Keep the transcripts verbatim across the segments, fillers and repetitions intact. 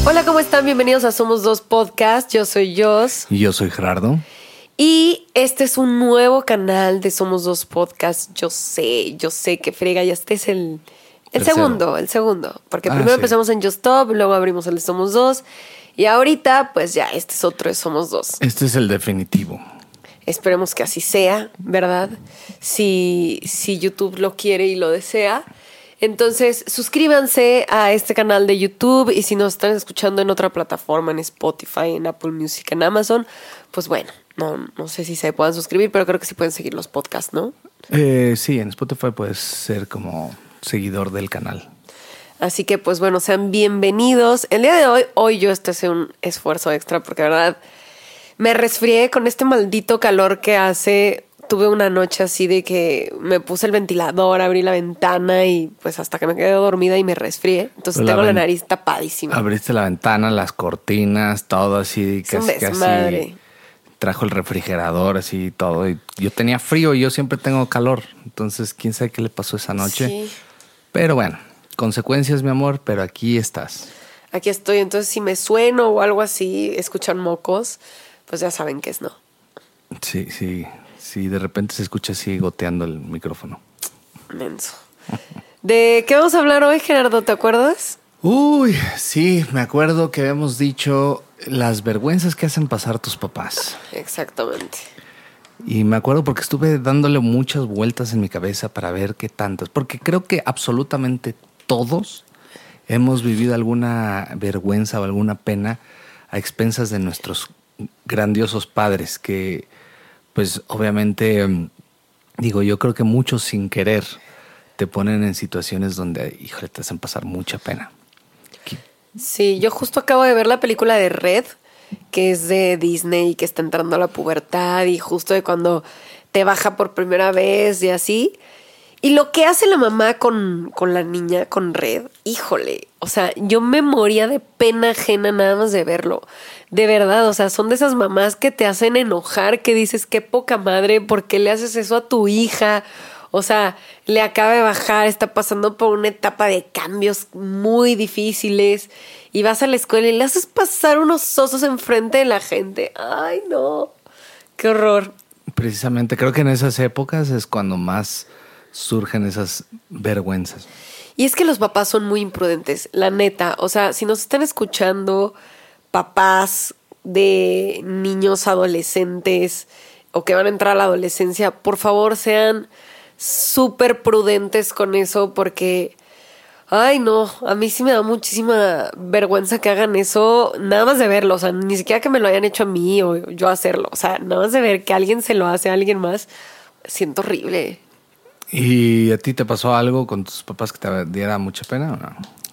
Hola, ¿cómo están? Bienvenidos a Somos Dos Podcast. Yo soy Jos. Y yo soy Gerardo. Y este es un nuevo canal de Somos Dos Podcast. Yo sé, yo sé que frega. Ya este es el, el segundo, el segundo. Porque ah, primero sí. empezamos en Just Stop, luego abrimos el de Somos Dos. Y ahorita, pues ya, este es otro de Somos Dos. Este es el definitivo. Esperemos que así sea, ¿verdad? Si, si YouTube lo quiere y lo desea. Entonces, suscríbanse a este canal de YouTube y si nos están escuchando en otra plataforma, en Spotify, en Apple Music, en Amazon, pues bueno, no, no sé si se puedan suscribir, pero creo que sí pueden seguir los podcasts, ¿no? Eh, sí, en Spotify puedes ser como seguidor del canal. Así que, pues bueno, sean bienvenidos. El día de hoy, hoy yo estoy haciendo un esfuerzo extra porque, de verdad, me resfrié con este maldito calor que hace. Tuve una noche así de que me puse el ventilador, abrí la ventana y pues hasta que me quedé dormida y me resfrié. Entonces Pero tengo la, la nariz tapadísima. Abriste la ventana, las cortinas, todo así, Es un casi desmadre. casi. Trajo el refrigerador, así todo. Y yo tenía frío y yo siempre tengo calor. Entonces, quién sabe qué le pasó esa noche. Sí. Pero bueno, consecuencias, mi amor, pero aquí estás. Aquí estoy. Entonces, si me sueno o algo así, escuchan mocos, pues ya saben que es no. Sí, sí. Sí, de repente se escucha así goteando el micrófono. Menso. ¿De qué vamos a hablar hoy, Gerardo? ¿Te acuerdas? Uy, sí, me acuerdo que habíamos dicho las vergüenzas que hacen pasar tus papás. Exactamente. Y me acuerdo porque estuve dándole muchas vueltas en mi cabeza para ver qué tantas. Porque creo que absolutamente todos hemos vivido alguna vergüenza o alguna pena a expensas de nuestros grandiosos padres que... Pues obviamente, digo, yo creo que muchos sin querer te ponen en situaciones donde, híjole, te hacen pasar mucha pena. Sí, yo justo acabo de ver la película de Red, que es de Disney, que está entrando a la pubertad y justo de cuando te baja por primera vez y así. Y lo que hace la mamá con, con la niña, con Red, híjole, o sea, yo me moría de pena ajena nada más de verlo. De verdad, o sea, son de esas mamás que te hacen enojar, que dices, qué poca madre, ¿por qué le haces eso a tu hija? O sea, le acaba de bajar, está pasando por una etapa de cambios muy difíciles y vas a la escuela y le haces pasar unos osos enfrente de la gente. Ay, no, qué horror. Precisamente, creo que en esas épocas es cuando más surgen esas vergüenzas. Y es que los papás son muy imprudentes, la neta. O sea, si nos están escuchando papás de niños adolescentes o que van a entrar a la adolescencia, por favor sean súper prudentes con eso porque, ay no, a mí sí me da muchísima vergüenza que hagan eso, nada más de verlo. O sea, ni siquiera que me lo hayan hecho a mí o yo hacerlo. O sea, nada más de ver que alguien se lo hace a alguien más, siento horrible. ¿Y a ti te pasó algo con tus papás que te diera mucha pena o no?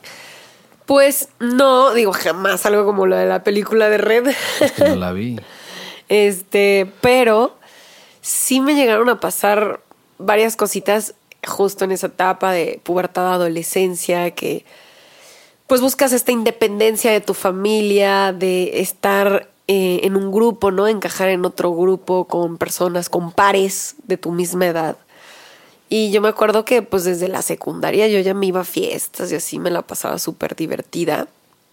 Pues no, digo, jamás algo como lo de la película de Red. Es que no la vi. Este, pero sí me llegaron a pasar varias cositas justo en esa etapa de pubertad, adolescencia, que pues buscas esta independencia de tu familia, de estar eh, en un grupo, ¿no? Encajar en otro grupo con personas, con pares de tu misma edad. Y yo me acuerdo que pues desde la secundaria yo ya me iba a fiestas y así me la pasaba súper divertida.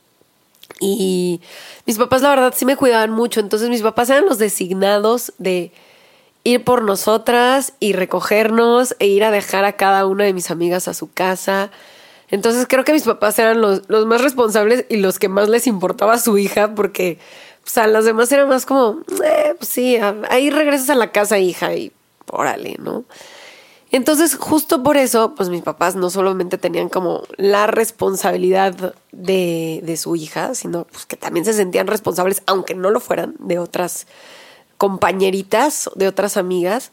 Y mis papás la verdad sí me cuidaban mucho. Entonces mis papás eran los designados de ir por nosotras y recogernos e ir a dejar a cada una de mis amigas a su casa. Entonces creo que mis papás eran los, los más responsables y los que más les importaba a su hija porque pues, a las demás era más como, eh, pues sí, ahí regresas a la casa, hija, y órale, ¿no? Entonces, justo por eso, pues mis papás no solamente tenían como la responsabilidad de, de su hija, sino pues que también se sentían responsables, aunque no lo fueran, de otras compañeritas, de otras amigas.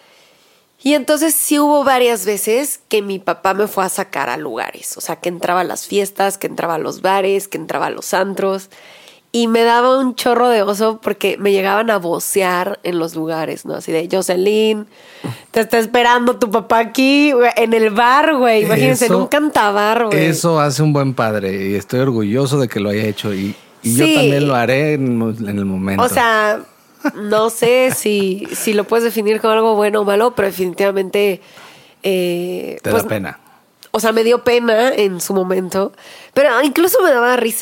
Y entonces sí hubo varias veces que mi papá me fue a sacar a lugares. O sea, que entraba a las fiestas, que entraba a los bares, que entraba a los antros. Y me daba un chorro de oso porque me llegaban a vocear en los lugares, ¿no? Así de, Jocelyn, te está esperando tu papá aquí, güey, en el bar, güey. Imagínense, Eso- en un cantabar, güey. Eso hace un buen padre y estoy orgulloso de que lo haya hecho y, y Sí. yo también lo haré en, en el momento. O sea, no sé si, si lo puedes definir como algo bueno o malo, pero definitivamente... Eh, Te pues, da pena. O sea, me dio pena en su momento, pero incluso me daba risa.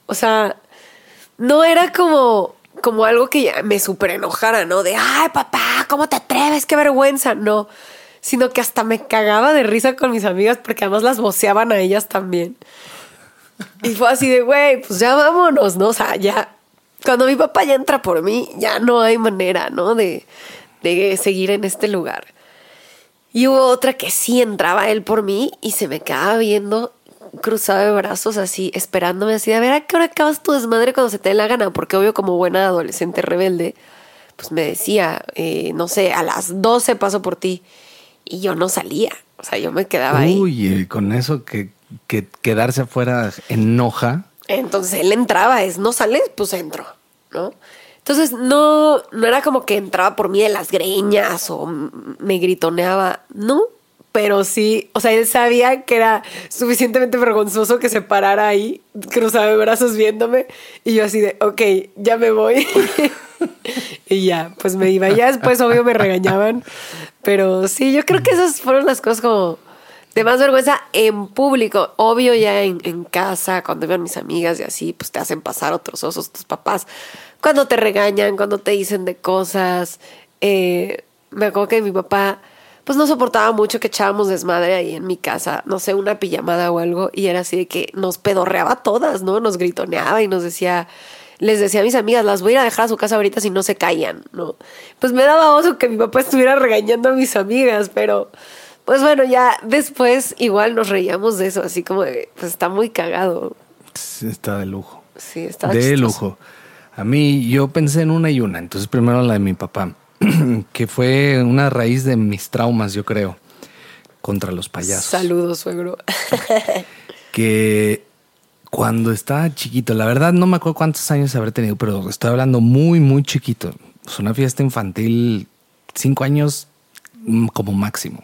O sea, no era como, como algo que ya me súper enojara, ¿no? De, ay, papá, ¿cómo te atreves? ¡Qué vergüenza! No, sino que hasta me cagaba de risa con mis amigas porque además las voceaban a ellas también. Y fue así de, güey, pues ya vámonos, ¿no? O sea, ya, cuando mi papá ya entra por mí, ya no hay manera, ¿no? De, de seguir en este lugar. Y hubo otra que sí entraba él por mí y se me quedaba viendo cruzado de brazos así, esperándome así, a ver a qué hora acabas tu desmadre cuando se te dé la gana, porque obvio como buena adolescente rebelde, pues me decía, eh, no sé, a las doce paso por ti y yo no salía, o sea, yo me quedaba ahí. Uy, y con eso que, que quedarse afuera enoja. Entonces él entraba, es, ¿no sales? Pues entro, ¿no? Entonces no, no era como que entraba por mí de las greñas o me gritoneaba, no, pero sí, o sea, él sabía que era suficientemente vergonzoso que se parara ahí, cruzaba de brazos viéndome y yo así de, ok, ya me voy. Y ya, pues me iba. Ya después, obvio, me regañaban, pero sí, yo creo que esas fueron las cosas como de más vergüenza en público. Obvio, ya en, en casa, cuando iban mis amigas y así, pues te hacen pasar otros osos tus papás. Cuando te regañan, cuando te dicen de cosas. Eh, me acuerdo que mi papá, pues no soportaba mucho que echábamos desmadre ahí en mi casa, no sé, una pijamada o algo, y era así de que nos pedorreaba todas, ¿no? Nos gritoneaba y nos decía, les decía a mis amigas, las voy a ir a dejar a su casa ahorita si no se callan, ¿no? Pues me daba oso que mi papá estuviera regañando a mis amigas, pero pues bueno, ya después igual nos reíamos de eso, así como de, pues está muy cagado. Sí, está de lujo. Sí, está de chistoso. lujo. A mí, yo pensé en una y una. Entonces, primero la de mi papá, que fue una raíz de mis traumas, yo creo, contra los payasos. Saludos, suegro. Que cuando estaba chiquito, la verdad no me acuerdo cuántos años habré tenido, pero estoy hablando muy, muy chiquito. Pues una fiesta infantil, cinco años como máximo.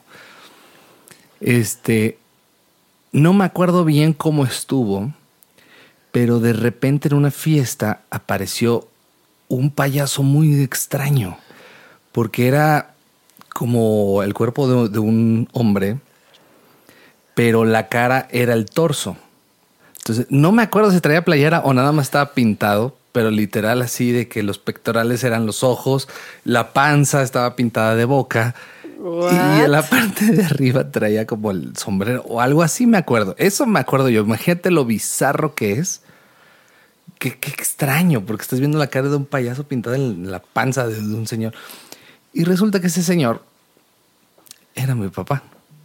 Este, no me acuerdo bien cómo estuvo, pero de repente en una fiesta apareció un payaso muy extraño, porque era como el cuerpo de, de un hombre, pero la cara era el torso. Entonces, no me acuerdo si traía playera o nada más estaba pintado, pero literal así de que los pectorales eran los ojos, la panza estaba pintada de boca. What? Y en la parte de arriba traía como el sombrero o algo así, me acuerdo. Eso me acuerdo yo. Imagínate lo bizarro que es. Qué, qué extraño, porque estás viendo la cara de un payaso pintada en la panza de, de un señor. Y resulta que ese señor era mi papá.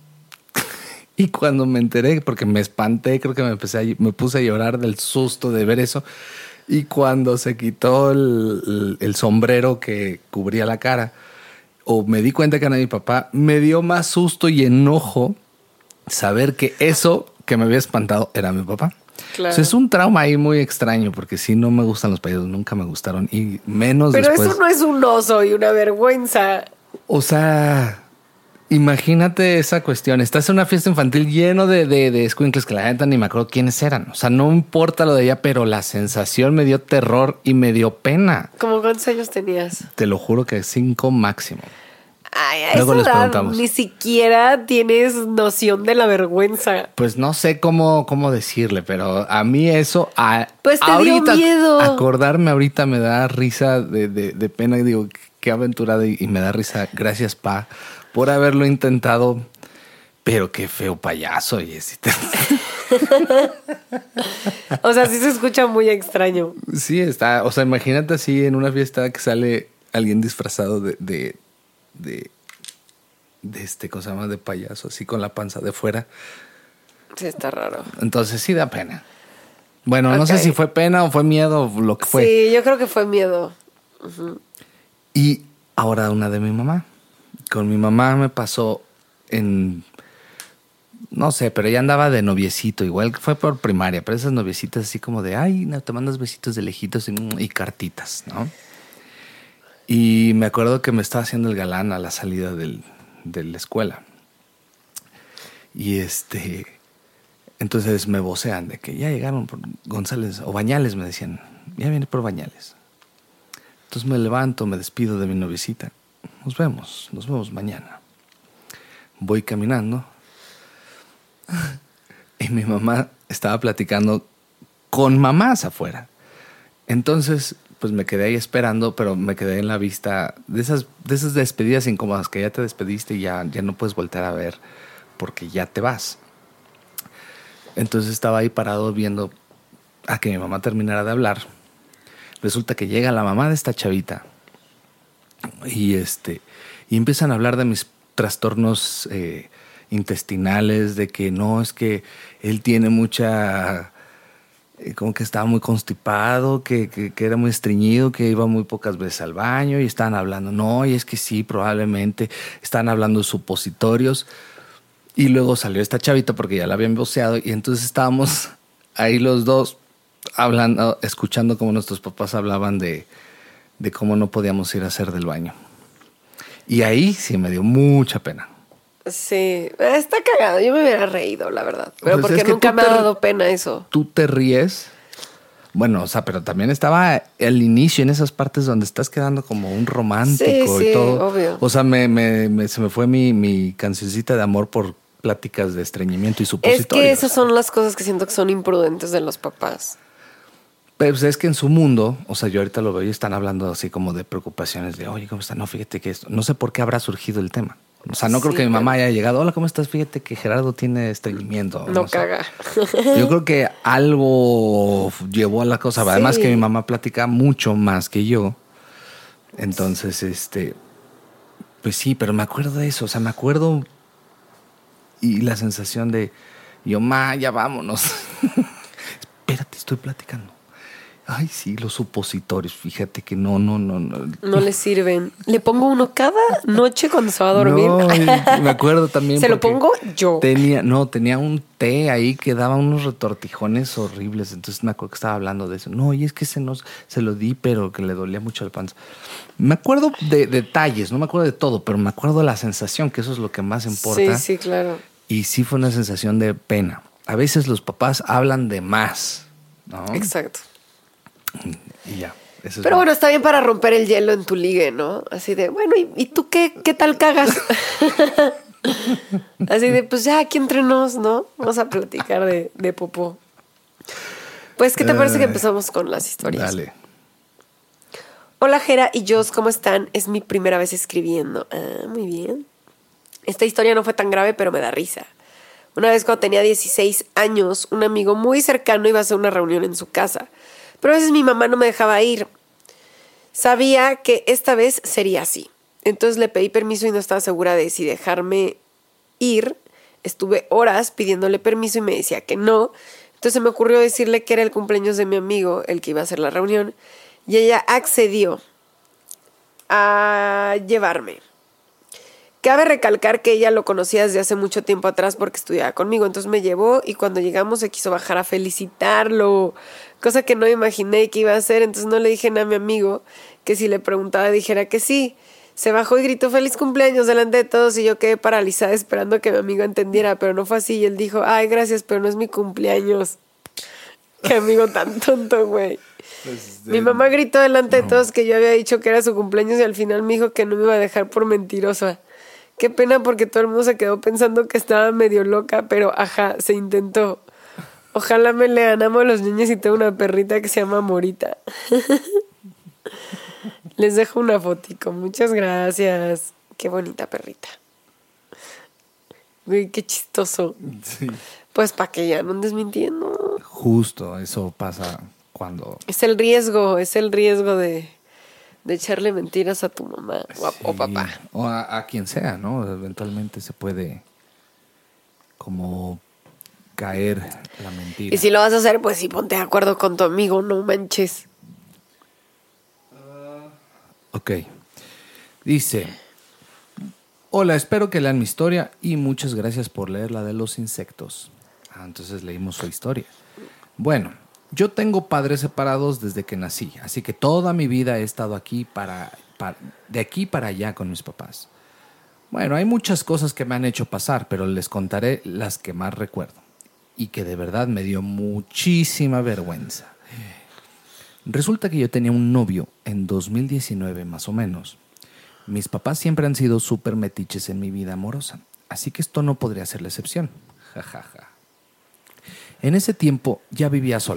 Y cuando me enteré, porque me espanté, creo que me empecé a, me puse a llorar del susto de ver eso. Y cuando se quitó el, el, el sombrero que cubría la cara, o me di cuenta que era mi papá, me dio más susto y enojo saber que eso que me había espantado era mi papá. Claro. O sea, es un trauma ahí muy extraño, porque sí no me gustan los payasos, nunca me gustaron, y menos Pero después. eso no es un oso y una vergüenza. O sea, imagínate esa cuestión. Estás en una fiesta infantil lleno de, de, de escuincles que la gente ni me acuerdo quiénes eran. O sea, no importa lo de ella, pero la sensación me dio terror y me dio pena. ¿Cómo cuántos años tenías? Te lo juro que cinco máximo. Ay, a Luego esa les edad preguntamos. ni siquiera tienes noción de la vergüenza. Pues no sé cómo, cómo decirle, pero a mí eso, a, Pues te dio ahorita, miedo. acordarme ahorita me da risa de, de, de pena. Y digo, qué aventurada, y, y me da risa. Gracias, pa, por haberlo intentado. Pero qué feo payaso. Y es, O sea, sí se escucha muy extraño. sí, está. O sea, imagínate así en una fiesta que sale alguien disfrazado de, de, de, de este, ¿cómo se llama? De payaso, así con la panza de fuera. Sí, está raro. Entonces sí da pena. Bueno, no Ok. sé si fue pena o fue miedo o lo que fue. Sí, yo creo que fue miedo. Uh-huh. Y ahora una de mi mamá. Con mi mamá me pasó en... No sé, pero ella andaba de noviecito. Igual fue por primaria, pero esas noviecitas así como de... Ay, no, te mandas besitos de lejitos y, y cartitas, ¿no? Y me acuerdo que me estaba haciendo el galán a la salida del, de la escuela. Y este... Entonces me vocean de que ya llegaron por González, o Bañales, me decían. Ya viene por Bañales. Entonces me levanto, me despido de mi noviecita. Nos vemos, nos vemos mañana. Voy caminando y mi mamá estaba platicando con mamás afuera. Entonces, pues me quedé ahí esperando, pero me quedé en la vista de esas, de esas despedidas incómodas que ya te despediste y ya, ya no puedes voltear a ver porque ya te vas. Entonces estaba ahí parado viendo a que mi mamá terminara de hablar. Resulta que llega la mamá de esta chavita y, este, y empiezan a hablar de mis trastornos eh, intestinales, de que no, es que él tiene mucha... como que estaba muy constipado, que, que, que era muy estreñido, que iba muy pocas veces al baño y estaban hablando, no, y es que sí, probablemente estaban hablando de supositorios. Y luego salió esta chavita porque ya la habían voceado y entonces estábamos ahí los dos hablando, escuchando cómo nuestros papás hablaban de, de cómo no podíamos ir a hacer del baño. Y ahí sí me dio mucha pena. Sí, está cagado. Yo me hubiera reído, la verdad. Pero pues porque nunca me ha dado pena eso. Tú te ríes. Bueno, o sea, pero también estaba el inicio en esas partes donde estás quedando como un romántico sí, y sí, todo. Obvio. O sea, me, me, me, se me fue mi, mi cancioncita de amor por pláticas de estreñimiento y supositorios. Es que esas son las cosas que siento que son imprudentes de los papás. Pero pues es que en su mundo, o sea, yo ahorita lo veo y están hablando así como de preocupaciones de, oye, ¿cómo está? No, fíjate que esto, no sé por qué habrá surgido el tema. O sea, no creo sí, que mi mamá haya llegado, hola, ¿cómo estás? Fíjate que Gerardo tiene estreñimiento. No, no caga. Yo creo que algo llevó a la cosa. Sí. Además que mi mamá platica mucho más que yo. Entonces, este, pues sí, pero me acuerdo de eso. O sea, me acuerdo y la sensación de, yo, ma, ya vámonos. Espérate, estoy platicando. Ay, sí, los supositorios, fíjate que no, no, no, no. No le sirven. Le pongo uno cada noche cuando se va a dormir. No, me acuerdo también. Se lo pongo yo. Tenía, no, tenía un té ahí que daba unos retortijones horribles. Entonces me acuerdo que estaba hablando de eso. No, y es que se nos, se lo di, pero que le dolía mucho el panza. Me acuerdo de detalles, no me acuerdo de todo, pero me acuerdo de la sensación, que eso es lo que más importa. Sí, sí, claro. Y sí fue una sensación de pena. A veces los papás hablan de más, ¿no? Exacto. Y ya. Eso es Pero bueno, está bien para romper el hielo en tu ligue, ¿no? Así de, bueno, ¿y, y tú qué, qué tal cagas? Así de, pues ya aquí entre nos, ¿no? Vamos a platicar de, de popó. Pues, ¿qué te parece uh, que empezamos con las historias? Dale. Hola, Jera y Jos, ¿cómo están? Es mi primera vez escribiendo. Ah, muy bien. Esta historia no fue tan grave, pero me da risa. Una vez cuando tenía dieciséis años, un amigo muy cercano iba a hacer una reunión en su casa. Pero a veces mi mamá no me dejaba ir. Sabía que esta vez sería así. Entonces le pedí permiso y no estaba segura de si dejarme ir. Estuve horas pidiéndole permiso y me decía que no. Entonces me ocurrió decirle que era el cumpleaños de mi amigo, el que iba a hacer la reunión. Y ella accedió a llevarme. Cabe recalcar que ella lo conocía desde hace mucho tiempo atrás porque estudiaba conmigo. Entonces me llevó y cuando llegamos se quiso bajar a felicitarlo. Cosa que no imaginé que iba a hacer. Entonces no le dije nada a mi amigo que si le preguntaba dijera que sí. Se bajó y gritó feliz cumpleaños delante de todos y yo quedé paralizada esperando que mi amigo entendiera. Pero no fue así y él dijo, ay, gracias, pero no es mi cumpleaños. Qué amigo tan tonto, güey. Pues de... Mi mamá gritó delante no. de todos que yo había dicho que era su cumpleaños y al final me dijo que no me iba a dejar por mentirosa. Qué pena porque todo el mundo se quedó pensando que estaba medio loca, pero ajá, se intentó. Ojalá me lean, amo a los niños y tengo una perrita que se llama Morita. Les dejo una fotico, muchas gracias. Qué bonita perrita. Uy, qué chistoso. Sí. Pues para que ya no andes mintiendo. Justo, eso pasa cuando... Es el riesgo, es el riesgo de... de echarle mentiras a tu mamá o, a, sí, o papá. O a, a quien sea, ¿no? Eventualmente se puede como caer la mentira. Y si lo vas a hacer, pues sí, ponte de acuerdo con tu amigo, no manches. Uh, ok. Dice, hola, espero que lean mi historia y muchas gracias por leer la de los insectos. Ah, entonces leímos su historia. Bueno, yo tengo padres separados desde que nací, así que toda mi vida he estado aquí para, para, de aquí para allá con mis papás. Bueno, hay muchas cosas que me han hecho pasar, pero les contaré las que más recuerdo y que de verdad me dio muchísima vergüenza. Resulta que yo tenía un novio en dos mil diecinueve más o menos. Mis papás siempre han sido súper metiches en mi vida amorosa, así que esto no podría ser la excepción. Ja, ja, ja. En ese tiempo ya vivía sola.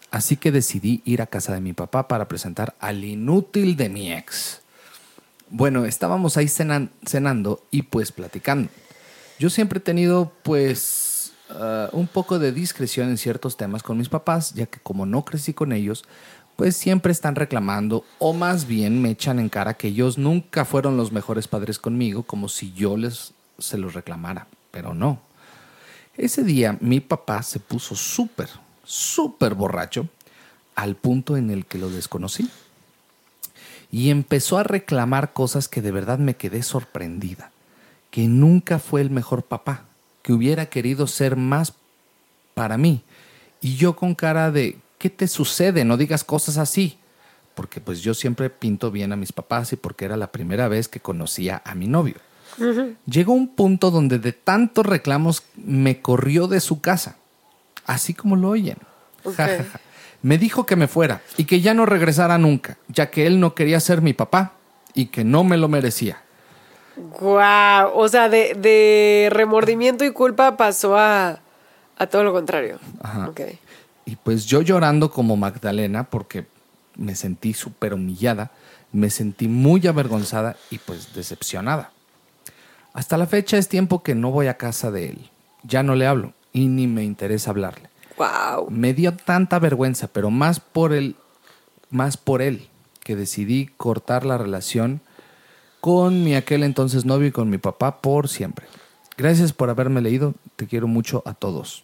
Así que decidí ir a casa de mi papá para presentar al inútil de mi ex. Bueno, estábamos ahí cenan- cenando y pues platicando. Yo siempre he tenido pues uh, un poco de discreción en ciertos temas con mis papás, ya que como no crecí con ellos, pues siempre están reclamando o más bien me echan en cara que ellos nunca fueron los mejores padres conmigo, como si yo les se los reclamara, pero no. Ese día mi papá se puso súper, súper borracho al punto en el que lo desconocí y empezó a reclamar cosas que de verdad me quedé sorprendida, que nunca fue el mejor papá, que hubiera querido ser más para mí y yo con cara de ¿qué te sucede? No digas cosas así, porque pues yo siempre pinto bien a mis papás y porque era la primera vez que conocía a mi novio. Uh-huh. Llegó un punto donde de tantos reclamos me corrió de su casa, así como lo oyen. Okay. Me dijo que me fuera y que ya no regresara nunca, ya que él no quería ser mi papá y que no me lo merecía. Guau, wow. O sea, de, de remordimiento y culpa pasó a, a todo lo contrario. Ajá. Okay. Y pues yo llorando como Magdalena porque me sentí súper humillada, me sentí muy avergonzada y pues decepcionada. Hasta la fecha es tiempo que no voy a casa de él. Ya no le hablo y ni me interesa hablarle. Wow. Me dio tanta vergüenza, pero más por él, más por él, que decidí cortar la relación con mi aquel entonces novio y con mi papá por siempre. Gracias por haberme leído. Te quiero mucho a todos.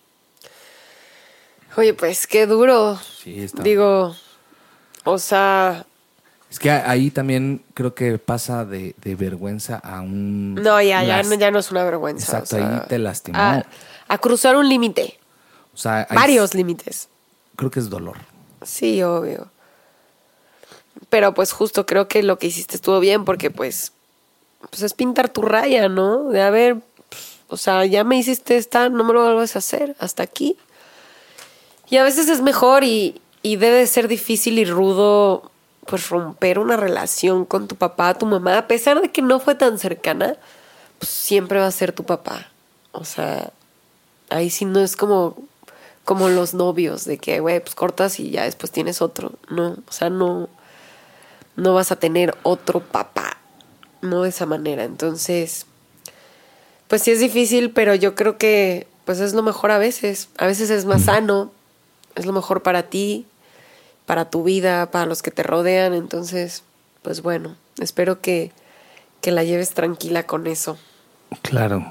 Oye, pues qué duro. Sí, está. Digo, o sea... Es que ahí también creo que pasa de, de vergüenza a un... No, ya, ya, no, ya no es una vergüenza. Exacto, o sea, ahí te lastimó. A, a cruzar un límite. O sea, varios límites. Creo que es dolor. Sí, obvio. Pero pues justo creo que lo que hiciste estuvo bien porque pues, pues es pintar tu raya, ¿no? De a ver, o sea, ya me hiciste esta, no me lo vuelvas a hacer, hasta aquí. Y a veces es mejor y, y debe ser difícil y rudo pues romper una relación con tu papá, tu mamá, a pesar de que no fue tan cercana, pues siempre va a ser tu papá. O sea, ahí sí no es como, como los novios, de que, güey, pues cortas y ya después tienes otro. No, o sea, no, no vas a tener otro papá, no de esa manera. Entonces, pues sí es difícil, pero yo creo que pues es lo mejor a veces. A veces es más sano, es lo mejor para ti, para tu vida, para los que te rodean. Entonces, pues bueno, espero que, que la lleves tranquila con eso. Claro.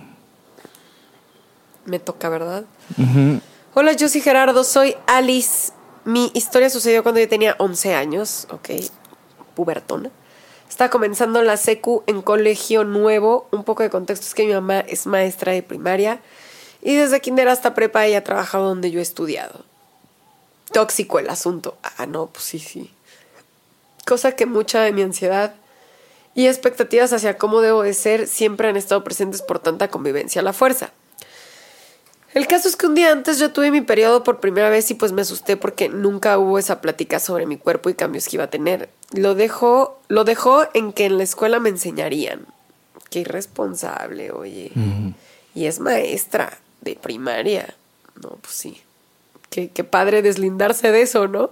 Me toca, ¿verdad? Uh-huh. Hola, yo soy Gerardo, soy Alice. Mi historia sucedió cuando yo tenía once años, ok, pubertona. Estaba comenzando la secu en colegio nuevo. Un poco de contexto es que mi mamá es maestra de primaria y desde kinder hasta prepa ella ha trabajado donde yo he estudiado. Tóxico el asunto. Ah, no, pues sí, sí. Cosa que mucha de mi ansiedad y expectativas hacia cómo debo de ser siempre han estado presentes por tanta convivencia a la fuerza. El caso es que un día antes yo tuve mi periodo por primera vez y pues me asusté porque nunca hubo esa plática sobre mi cuerpo y cambios que iba a tener. Lo dejó, lo dejó en que en la escuela me enseñarían. Qué irresponsable, oye. Uh-huh. Y es maestra de primaria. No, pues sí. Qué, qué padre deslindarse de eso, ¿no?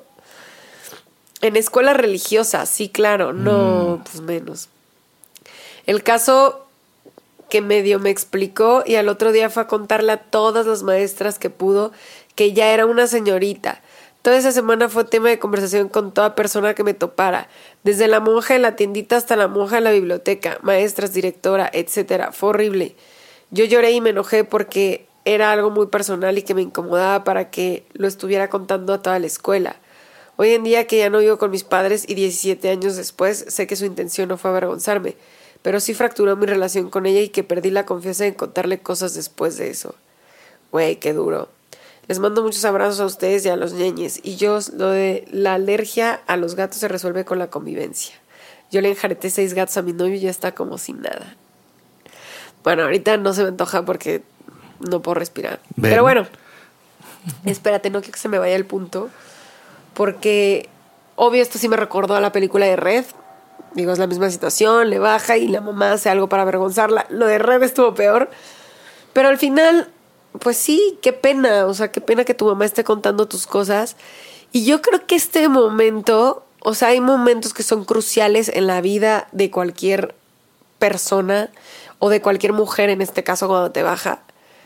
En escuela religiosa, sí, claro. No, mm. pues menos. El caso que medio me explicó y al otro día fue a contarle a todas las maestras que pudo que ya era una señorita. Toda esa semana fue tema de conversación con toda persona que me topara. Desde la monja de la tiendita hasta la monja de la biblioteca, maestras, directora, etcétera. Fue horrible. Yo lloré y me enojé porque era algo muy personal y que me incomodaba para que lo estuviera contando a toda la escuela. Hoy en día que ya no vivo con mis padres y diecisiete años después, sé que su intención no fue avergonzarme, pero sí fracturó mi relación con ella y que perdí la confianza en contarle cosas después de eso. Güey, qué duro. Les mando muchos abrazos a ustedes y a los ñeñes. Y yo, lo de la alergia a los gatos se resuelve con la convivencia. Yo le enjareté seis gatos a mi novio y ya está como sin nada. Bueno, ahorita no se me antoja porque no puedo respirar. Ven. Pero bueno, espérate, no quiero que se me vaya el punto. Porque, obvio, esto sí me recordó a la película de Red. Digo, es la misma situación, le baja y la mamá hace algo para avergonzarla. Lo de Red estuvo peor. Pero al final, pues sí, qué pena. O sea, qué pena que tu mamá esté contando tus cosas Y yo creo que este momento, o sea, hay momentos que son cruciales en la vida de cualquier persona o de cualquier mujer, en este caso cuando te baja,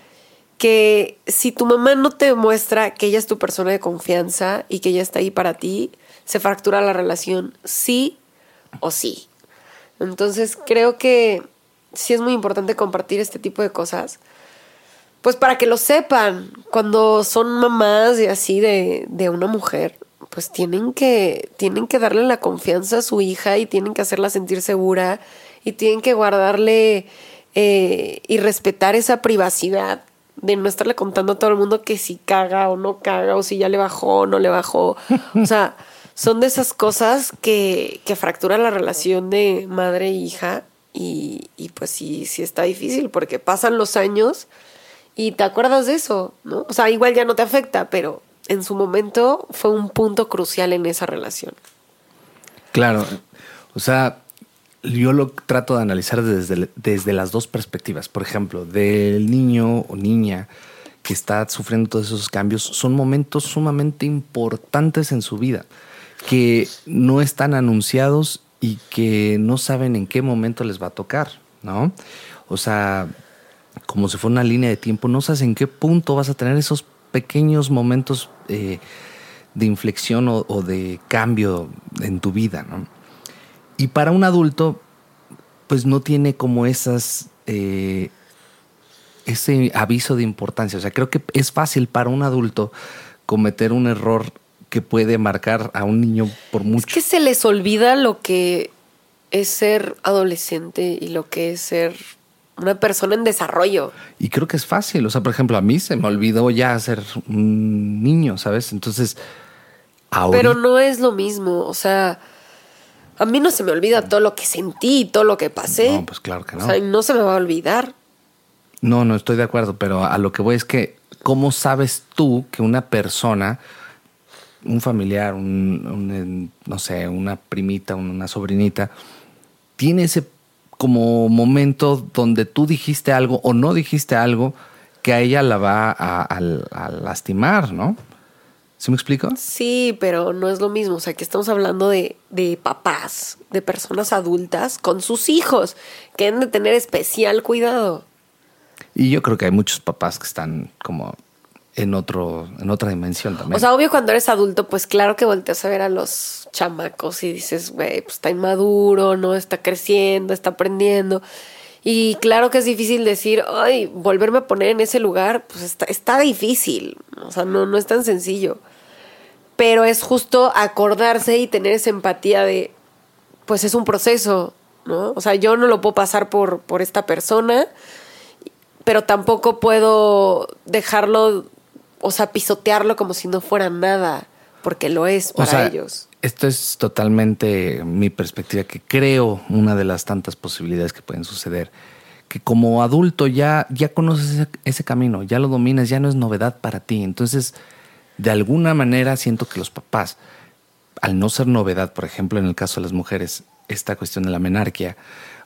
que si tu mamá no te demuestra que ella es tu persona de confianza y que ella está ahí para ti, se fractura la relación, sí o sí. Entonces creo que sí es muy importante compartir este tipo de cosas, pues para que lo sepan. Cuando son mamás y así de, de una mujer, pues tienen que, tienen que darle la confianza a su hija y tienen que hacerla sentir segura y tienen que guardarle eh, y respetar esa privacidad de no estarle contando a todo el mundo que si caga o no caga o si ya le bajó o no le bajó. O sea, son de esas cosas que, que fracturan la relación de madre e hija y, y pues sí, sí está difícil porque pasan los años y te acuerdas de eso, ¿no? O sea, igual ya no te afecta, pero en su momento fue un punto crucial en esa relación. Claro, o sea, yo lo trato de analizar desde, desde las dos perspectivas. Por ejemplo, del niño o niña que está sufriendo todos esos cambios, son momentos sumamente importantes en su vida, que no están anunciados y que no saben en qué momento les va a tocar, ¿no? O sea, como si fuera una línea de tiempo, no sabes en qué punto vas a tener esos pequeños momentos eh, de inflexión o, o de cambio en tu vida, ¿no? Y para un adulto, pues no tiene como esas, eh, ese aviso de importancia. O sea, creo que es fácil para un adulto cometer un error que puede marcar a un niño por mucho. Es que se les olvida lo que es ser adolescente y lo que es ser una persona en desarrollo. Y creo que es fácil. O sea, por ejemplo, a mí se me olvidó ya ser un niño, ¿sabes? Entonces, ahorita... Pero no es lo mismo. O sea, a mí no se me olvida todo lo que sentí y todo lo que pasé. No, pues claro que no. O sea, no se me va a olvidar. No, no estoy de acuerdo, pero a lo que voy es que, ¿cómo sabes tú que una persona, un familiar, un, un, no sé, una primita, una sobrinita, tiene ese como momento donde tú dijiste algo o no dijiste algo que a ella la va a, a, a lastimar, ¿no? ¿Sí me explico? Sí, pero no es lo mismo. O sea, que estamos hablando de, de papás, de personas adultas con sus hijos, que deben de tener especial cuidado. Y yo creo que hay muchos papás que están como en otro, en otra dimensión también. O sea, obvio, cuando eres adulto, pues claro que volteas a ver a los chamacos y dices, güey, pues está inmaduro, ¿no? Está creciendo, está aprendiendo. Y claro que es difícil decir, ay, volverme a poner en ese lugar, pues está, está difícil. O sea, no, no es tan sencillo. Pero es justo acordarse y tener esa empatía de, pues es un proceso, ¿no? O sea, yo no lo puedo pasar por, por esta persona, pero tampoco puedo dejarlo, o sea, pisotearlo como si no fuera nada, porque lo es para o sea, ellos. Esto es totalmente mi perspectiva, que creo una de las tantas posibilidades que pueden suceder. Que como adulto ya, ya conoces ese, ese camino, ya lo dominas, ya no es novedad para ti. Entonces, de alguna manera siento que los papás, al no ser novedad, por ejemplo, en el caso de las mujeres, esta cuestión de la menarquia,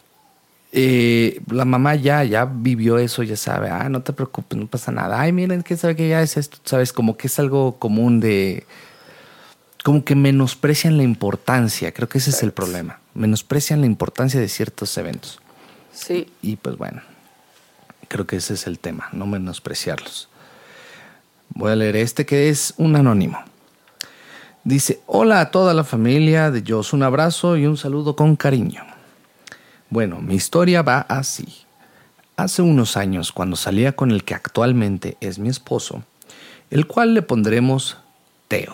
eh, la mamá ya, ya vivió eso, ya sabe, ah, no te preocupes, no pasa nada. Ay, miren, que sabe que ya es esto, sabes, como que es algo común de... Como que menosprecian la importancia, creo que ese es el problema. Menosprecian la importancia de ciertos eventos. Sí. Y pues bueno, creo que ese es el tema, no menospreciarlos. Voy a leer este que es un anónimo. Dice, hola a toda la familia de Jos, un abrazo y un saludo con cariño. Bueno, mi historia va así. Hace unos años, cuando salía con el que actualmente es mi esposo, el cual le pondremos Teo.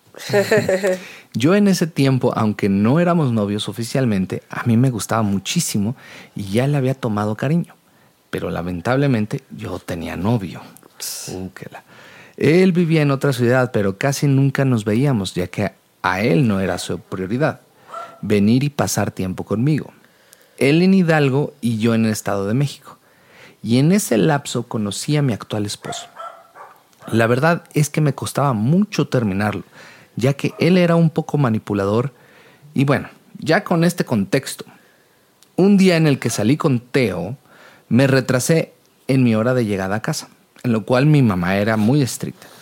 Yo en ese tiempo, aunque no éramos novios oficialmente, a mí me gustaba muchísimo y ya le había tomado cariño. Pero lamentablemente yo tenía novio. Uh, que la... Él vivía en otra ciudad, pero casi nunca nos veíamos, ya que a él no era su prioridad venir y pasar tiempo conmigo. Él en Hidalgo y yo en el Estado de México. Y en ese lapso conocí a mi actual esposo. La verdad es que me costaba mucho terminarlo, ya que él era un poco manipulador. Y bueno, ya con este contexto, un día en el que salí con Teo, me retrasé en mi hora de llegada a casa, en lo cual mi mamá era muy estricta.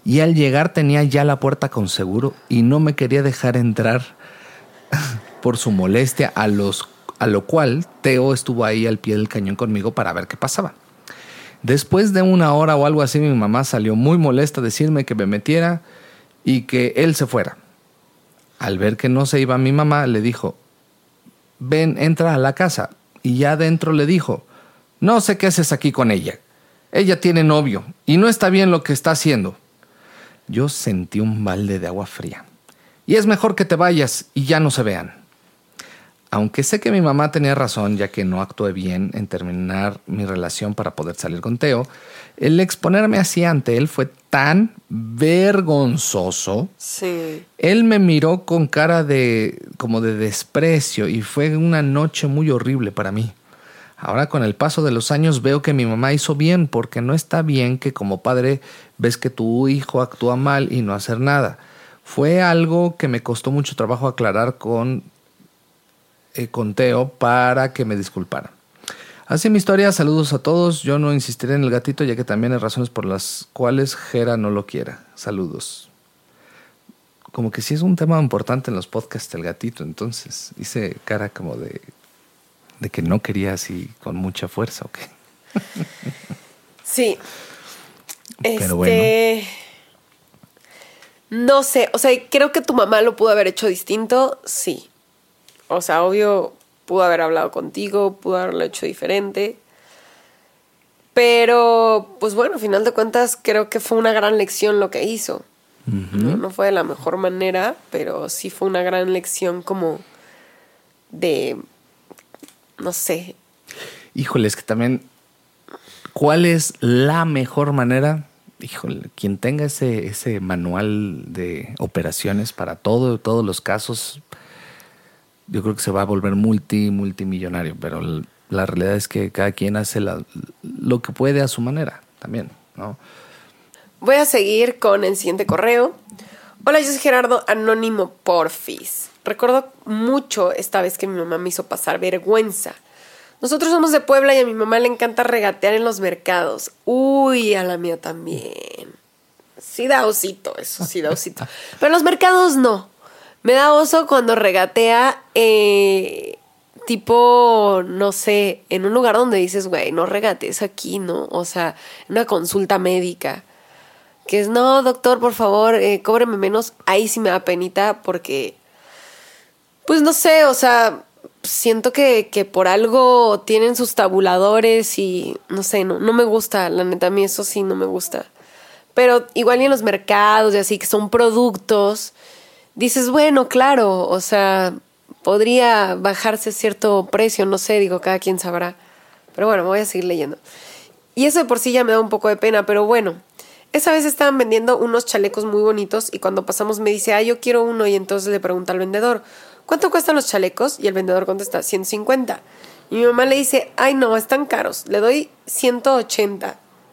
y al llegar tenía ya la puerta con seguro y no me quería dejar entrar por su molestia, a, los, a lo cual Teo estuvo ahí al pie del cañón conmigo para ver qué pasaba. Después de una hora o algo así, mi mamá salió muy molesta a decirme que me metiera y que él se fuera. Al ver que no se iba mi mamá, le dijo, ven, entra a la casa. Y ya adentro le dijo, no sé qué haces aquí con ella. Ella tiene novio y no está bien lo que está haciendo. Yo sentí un balde de agua fría. Y es mejor que te vayas y ya no se vean. Aunque sé que mi mamá tenía razón, ya que no actué bien en terminar mi relación para poder salir con Teo, el exponerme así ante él fue tan vergonzoso. Sí. Él me miró con cara de como de desprecio y fue una noche muy horrible para mí. Ahora, con el paso de los años, veo que mi mamá hizo bien, porque no está bien que como padre ves que tu hijo actúa mal y no hacer nada. Fue algo que me costó mucho trabajo aclarar con, eh, con Teo para que me disculpara. Así mi historia, saludos a todos. Yo no insistiré en el gatito, ya que también hay razones por las cuales Jera no lo quiera. Saludos. Como que sí es un tema importante en los podcasts el gatito, entonces hice cara como de... de que no quería así con mucha fuerza, ¿o qué? Sí. Pero este... bueno. No sé, o sea, creo que tu mamá lo pudo haber hecho distinto, sí. O sea, obvio, pudo haber hablado contigo, pudo haberlo hecho diferente. Pero, pues bueno, al final de cuentas, creo que fue una gran lección lo que hizo. Uh-huh. No, no fue de la mejor manera, pero sí fue una gran lección como de... no sé. Híjole, es que también, ¿cuál es la mejor manera? Híjole, quien tenga ese, ese manual de operaciones para todo, todos los casos, yo creo que se va a volver multi, multimillonario, pero la realidad es que cada quien hace la, lo que puede a su manera también, ¿no? Voy a seguir con el siguiente correo. Hola, yo soy Gerardo Anónimo Porfis. Recuerdo mucho esta vez que mi mamá me hizo pasar vergüenza. Nosotros somos de Puebla y a mi mamá le encanta regatear en los mercados. Uy, a la mía también. Sí da osito, eso sí da osito. Pero en los mercados no. Me da oso cuando regatea eh, tipo, no sé, en un lugar donde dices, güey, no regatees aquí, ¿no? O sea, en una consulta médica. Que es, no, doctor, por favor, eh, cóbreme menos. Ahí sí me da penita porque... pues no sé, o sea, siento que, que por algo tienen sus tabuladores y no sé, no, no me gusta, la neta, a mí eso sí no me gusta. Pero igual y en los mercados y así, que son productos, dices, bueno, claro, o sea, podría bajarse cierto precio, no sé, digo, cada quien sabrá. Pero bueno, voy a seguir leyendo. Y eso de por sí ya me da un poco de pena, pero bueno. Esa vez estaban vendiendo unos chalecos muy bonitos y cuando pasamos me dice, ah, yo quiero uno, y entonces le pregunta al vendedor, ¿cuánto cuestan los chalecos? Y el vendedor contesta, ciento cincuenta. Y mi mamá le dice, ay no, están caros, le doy ciento ochenta.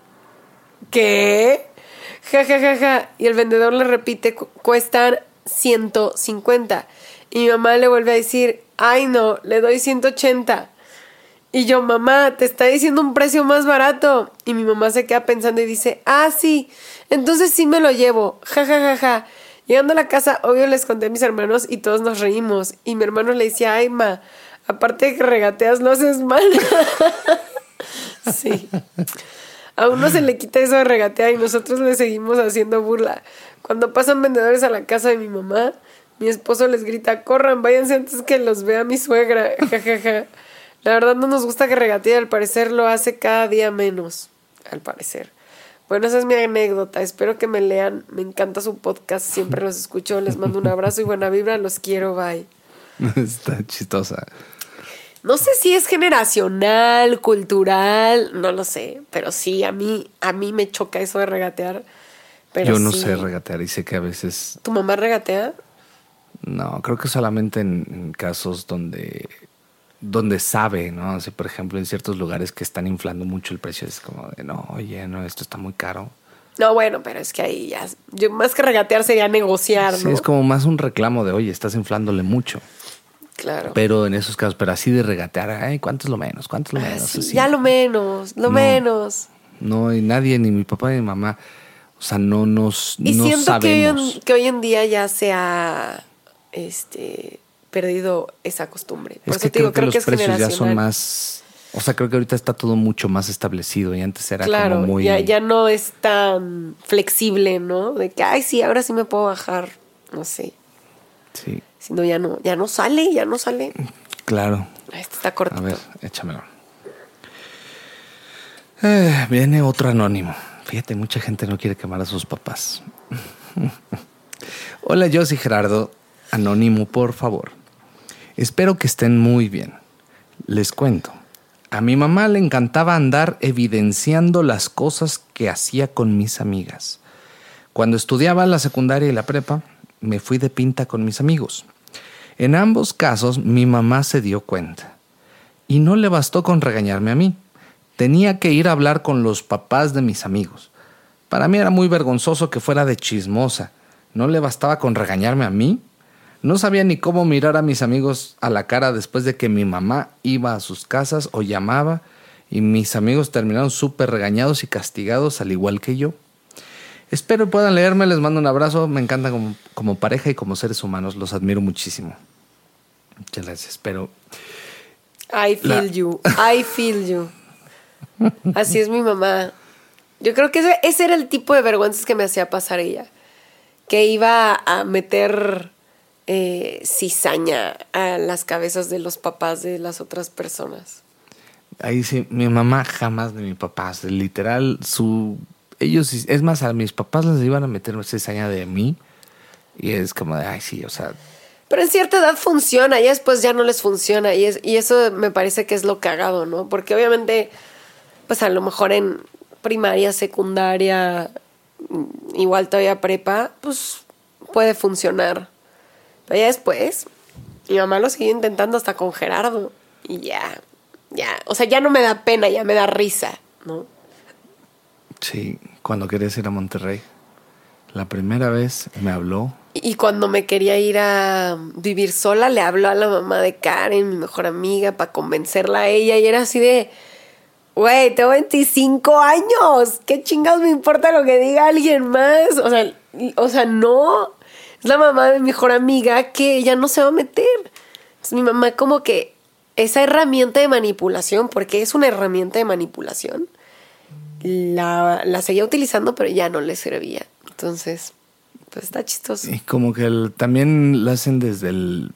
¿Qué? Ja, ja, ja, ja. Y el vendedor le repite, cuestan ciento cincuenta. Y mi mamá le vuelve a decir, ay no, le doy ciento ochenta. Y yo, mamá, te está diciendo un precio más barato. Y mi mamá se queda pensando y dice, ah, sí, entonces sí me lo llevo. Ja, ja, ja, ja. Llegando a la casa, obvio les conté a mis hermanos y todos nos reímos. Y mi hermano le decía, ay, ma, aparte de que regateas, lo haces mal. Sí. A uno se le quita eso de regatear y nosotros le seguimos haciendo burla. Cuando pasan vendedores a la casa de mi mamá, mi esposo les grita, corran, váyanse antes que los vea mi suegra. Ja, ja, ja. La verdad no nos gusta que regatee, al parecer lo hace cada día menos, al parecer. Bueno, esa es mi anécdota, espero que me lean, me encanta su podcast, siempre los escucho, les mando un abrazo y buena vibra, los quiero, bye. Está chistosa. No sé si es generacional, cultural, no lo sé, pero sí, a mí, a mí me choca eso de regatear. Pero yo no sí. sé regatear y sé que a veces... ¿Tu mamá regatea? No, creo que solamente en, en casos donde... donde sabe, ¿no? Así, por ejemplo, en ciertos lugares que están inflando mucho el precio, es como de, no, oye, no, esto está muy caro. No, bueno, pero es que ahí ya, yo, más que regatear sería negociar, sí, ¿no? Es como más un reclamo de, oye, estás inflándole mucho. Claro. Pero en esos casos, pero así de regatear, ay, ¿cuánto es lo menos? ¿Cuánto es lo ah, menos? Sí, así. Ya lo menos, lo no, menos. No, y nadie, ni mi papá ni mi mamá. O sea, no nos y no siento sabemos. Que, hoy en, que hoy en día ya se ha este, perdido esa costumbre. Por Es eso que te digo, creo que creo que los es precios ya son generacional. más... O sea, creo que ahorita está todo mucho más establecido y antes era Claro, como muy... ya, ya no es tan flexible, ¿no? De que, ay, sí, ahora sí me puedo bajar, no sé. Sí, Sino ya no, ya no sale, ya no sale. claro. Este está cortito. A ver, échamelo. Eh, viene otro anónimo. Fíjate, mucha gente no quiere quemar a sus papás. Hola, yo soy Gerardo. Anónimo, por favor. Espero que estén muy bien. Les cuento. A mi mamá le encantaba andar evidenciando las cosas que hacía con mis amigas. Cuando estudiaba la secundaria y la prepa, me fui de pinta con mis amigos. En ambos casos, mi mamá se dio cuenta. Y no le bastó con regañarme a mí. Tenía que ir a hablar con los papás de mis amigos. Para mí era muy vergonzoso que fuera de chismosa. ¿No le bastaba con regañarme a mí? No sabía ni cómo mirar a mis amigos a la cara después de que mi mamá iba a sus casas o llamaba y mis amigos terminaron súper regañados y castigados al igual que yo. Espero puedan leerme, les mando un abrazo, me encantan como, como pareja y como seres humanos, los admiro muchísimo. Muchas gracias, pero... I feel La... you, I feel you. Así es mi mamá. Yo creo que ese, ese era el tipo de vergüenzas que me hacía pasar ella. Que iba a meter... Eh, cizaña a las cabezas de los papás de las otras personas. Ahí sí, mi mamá jamás de mi papá, literal, su ellos, es más, a mis papás les iban a meter cizaña de mí y es como de, ay sí, o sea. Pero en cierta edad funciona, y después ya no les funciona y, es, y eso me parece que es lo cagado, ¿no? Porque obviamente, pues a lo mejor en primaria, secundaria, igual todavía prepa, pues puede funcionar. Pero ya después, mi mamá lo siguió intentando hasta con Gerardo. Y ya, ya, o sea, ya no me da pena, ya me da risa, ¿no? Sí, cuando querías ir a Monterrey, la primera vez me habló. Y cuando me quería ir a vivir sola, le habló a la mamá de Karen, mi mejor amiga, para convencerla a ella. Y era así de, güey, tengo veinticinco años, ¿qué chingados me importa lo que diga alguien más? O sea, o sea, no... Es la mamá de mi mejor amiga que ella no se va a meter. Entonces, mi mamá como que esa herramienta de manipulación, porque es una herramienta de manipulación, la, la seguía utilizando, pero ya no le servía. Entonces, pues está chistoso. Y como que el, también lo hacen desde el...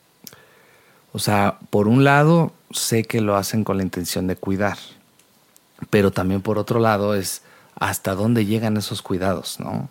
O sea, por un lado, sé que lo hacen con la intención de cuidar. Pero también por otro lado es hasta dónde llegan esos cuidados, ¿no?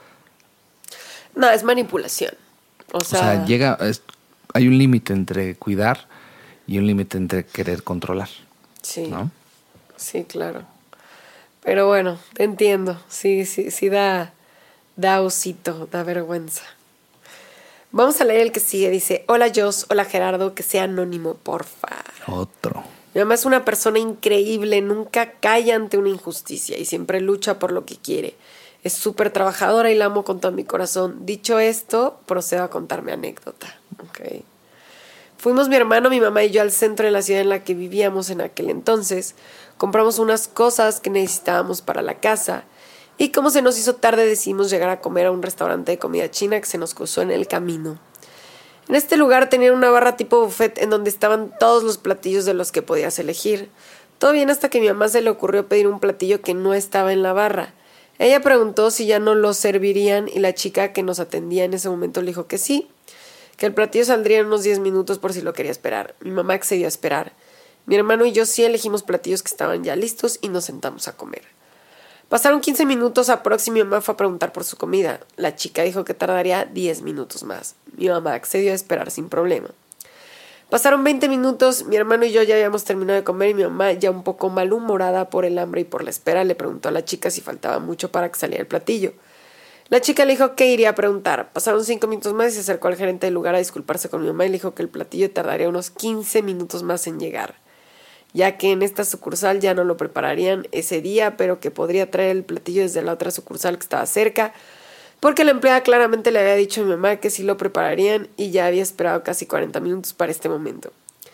No, es manipulación. O sea, o sea llega, es, hay un límite entre cuidar y un límite entre querer controlar. Sí, ¿no? Sí, claro. Pero bueno, te entiendo. Sí, sí, sí da, da osito, da vergüenza. Vamos a leer el que sigue. Dice, hola Jos, hola Gerardo, que sea anónimo, porfa. Otro. Mi mamá es una persona increíble, nunca calla ante una injusticia y siempre lucha por lo que quiere. Es súper trabajadora y la amo con todo mi corazón. Dicho esto, procedo a contar mi anécdota. Okay. Fuimos mi hermano, mi mamá y yo al centro de la ciudad en la que vivíamos en aquel entonces. Compramos unas cosas que necesitábamos para la casa. Y como se nos hizo tarde, decidimos llegar a comer a un restaurante de comida china que se nos cruzó en el camino. En este lugar tenían una barra tipo buffet en donde estaban todos los platillos de los que podías elegir. Todo bien hasta que a mi mamá se le ocurrió pedir un platillo que no estaba en la barra. Ella preguntó si ya no lo servirían y la chica que nos atendía en ese momento le dijo que sí, que el platillo saldría en unos diez minutos por si lo quería esperar. Mi mamá accedió a esperar. Mi hermano y yo sí elegimos platillos que estaban ya listos y nos sentamos a comer. Pasaron quince minutos aprox y mi mamá fue a preguntar por su comida. La chica dijo que tardaría diez minutos más. Mi mamá accedió a esperar sin problema. Pasaron veinte minutos, mi hermano y yo ya habíamos terminado de comer y mi mamá, ya un poco malhumorada por el hambre y por la espera, le preguntó a la chica si faltaba mucho para que saliera el platillo. La chica le dijo que iría a preguntar. Pasaron cinco minutos más y se acercó al gerente del lugar a disculparse con mi mamá y le dijo que el platillo tardaría unos quince minutos más en llegar, ya que en esta sucursal ya no lo prepararían ese día, pero que podría traer el platillo desde la otra sucursal que estaba cerca, porque la empleada claramente le había dicho a mi mamá que sí lo prepararían y ya había esperado casi cuarenta minutos para este momento.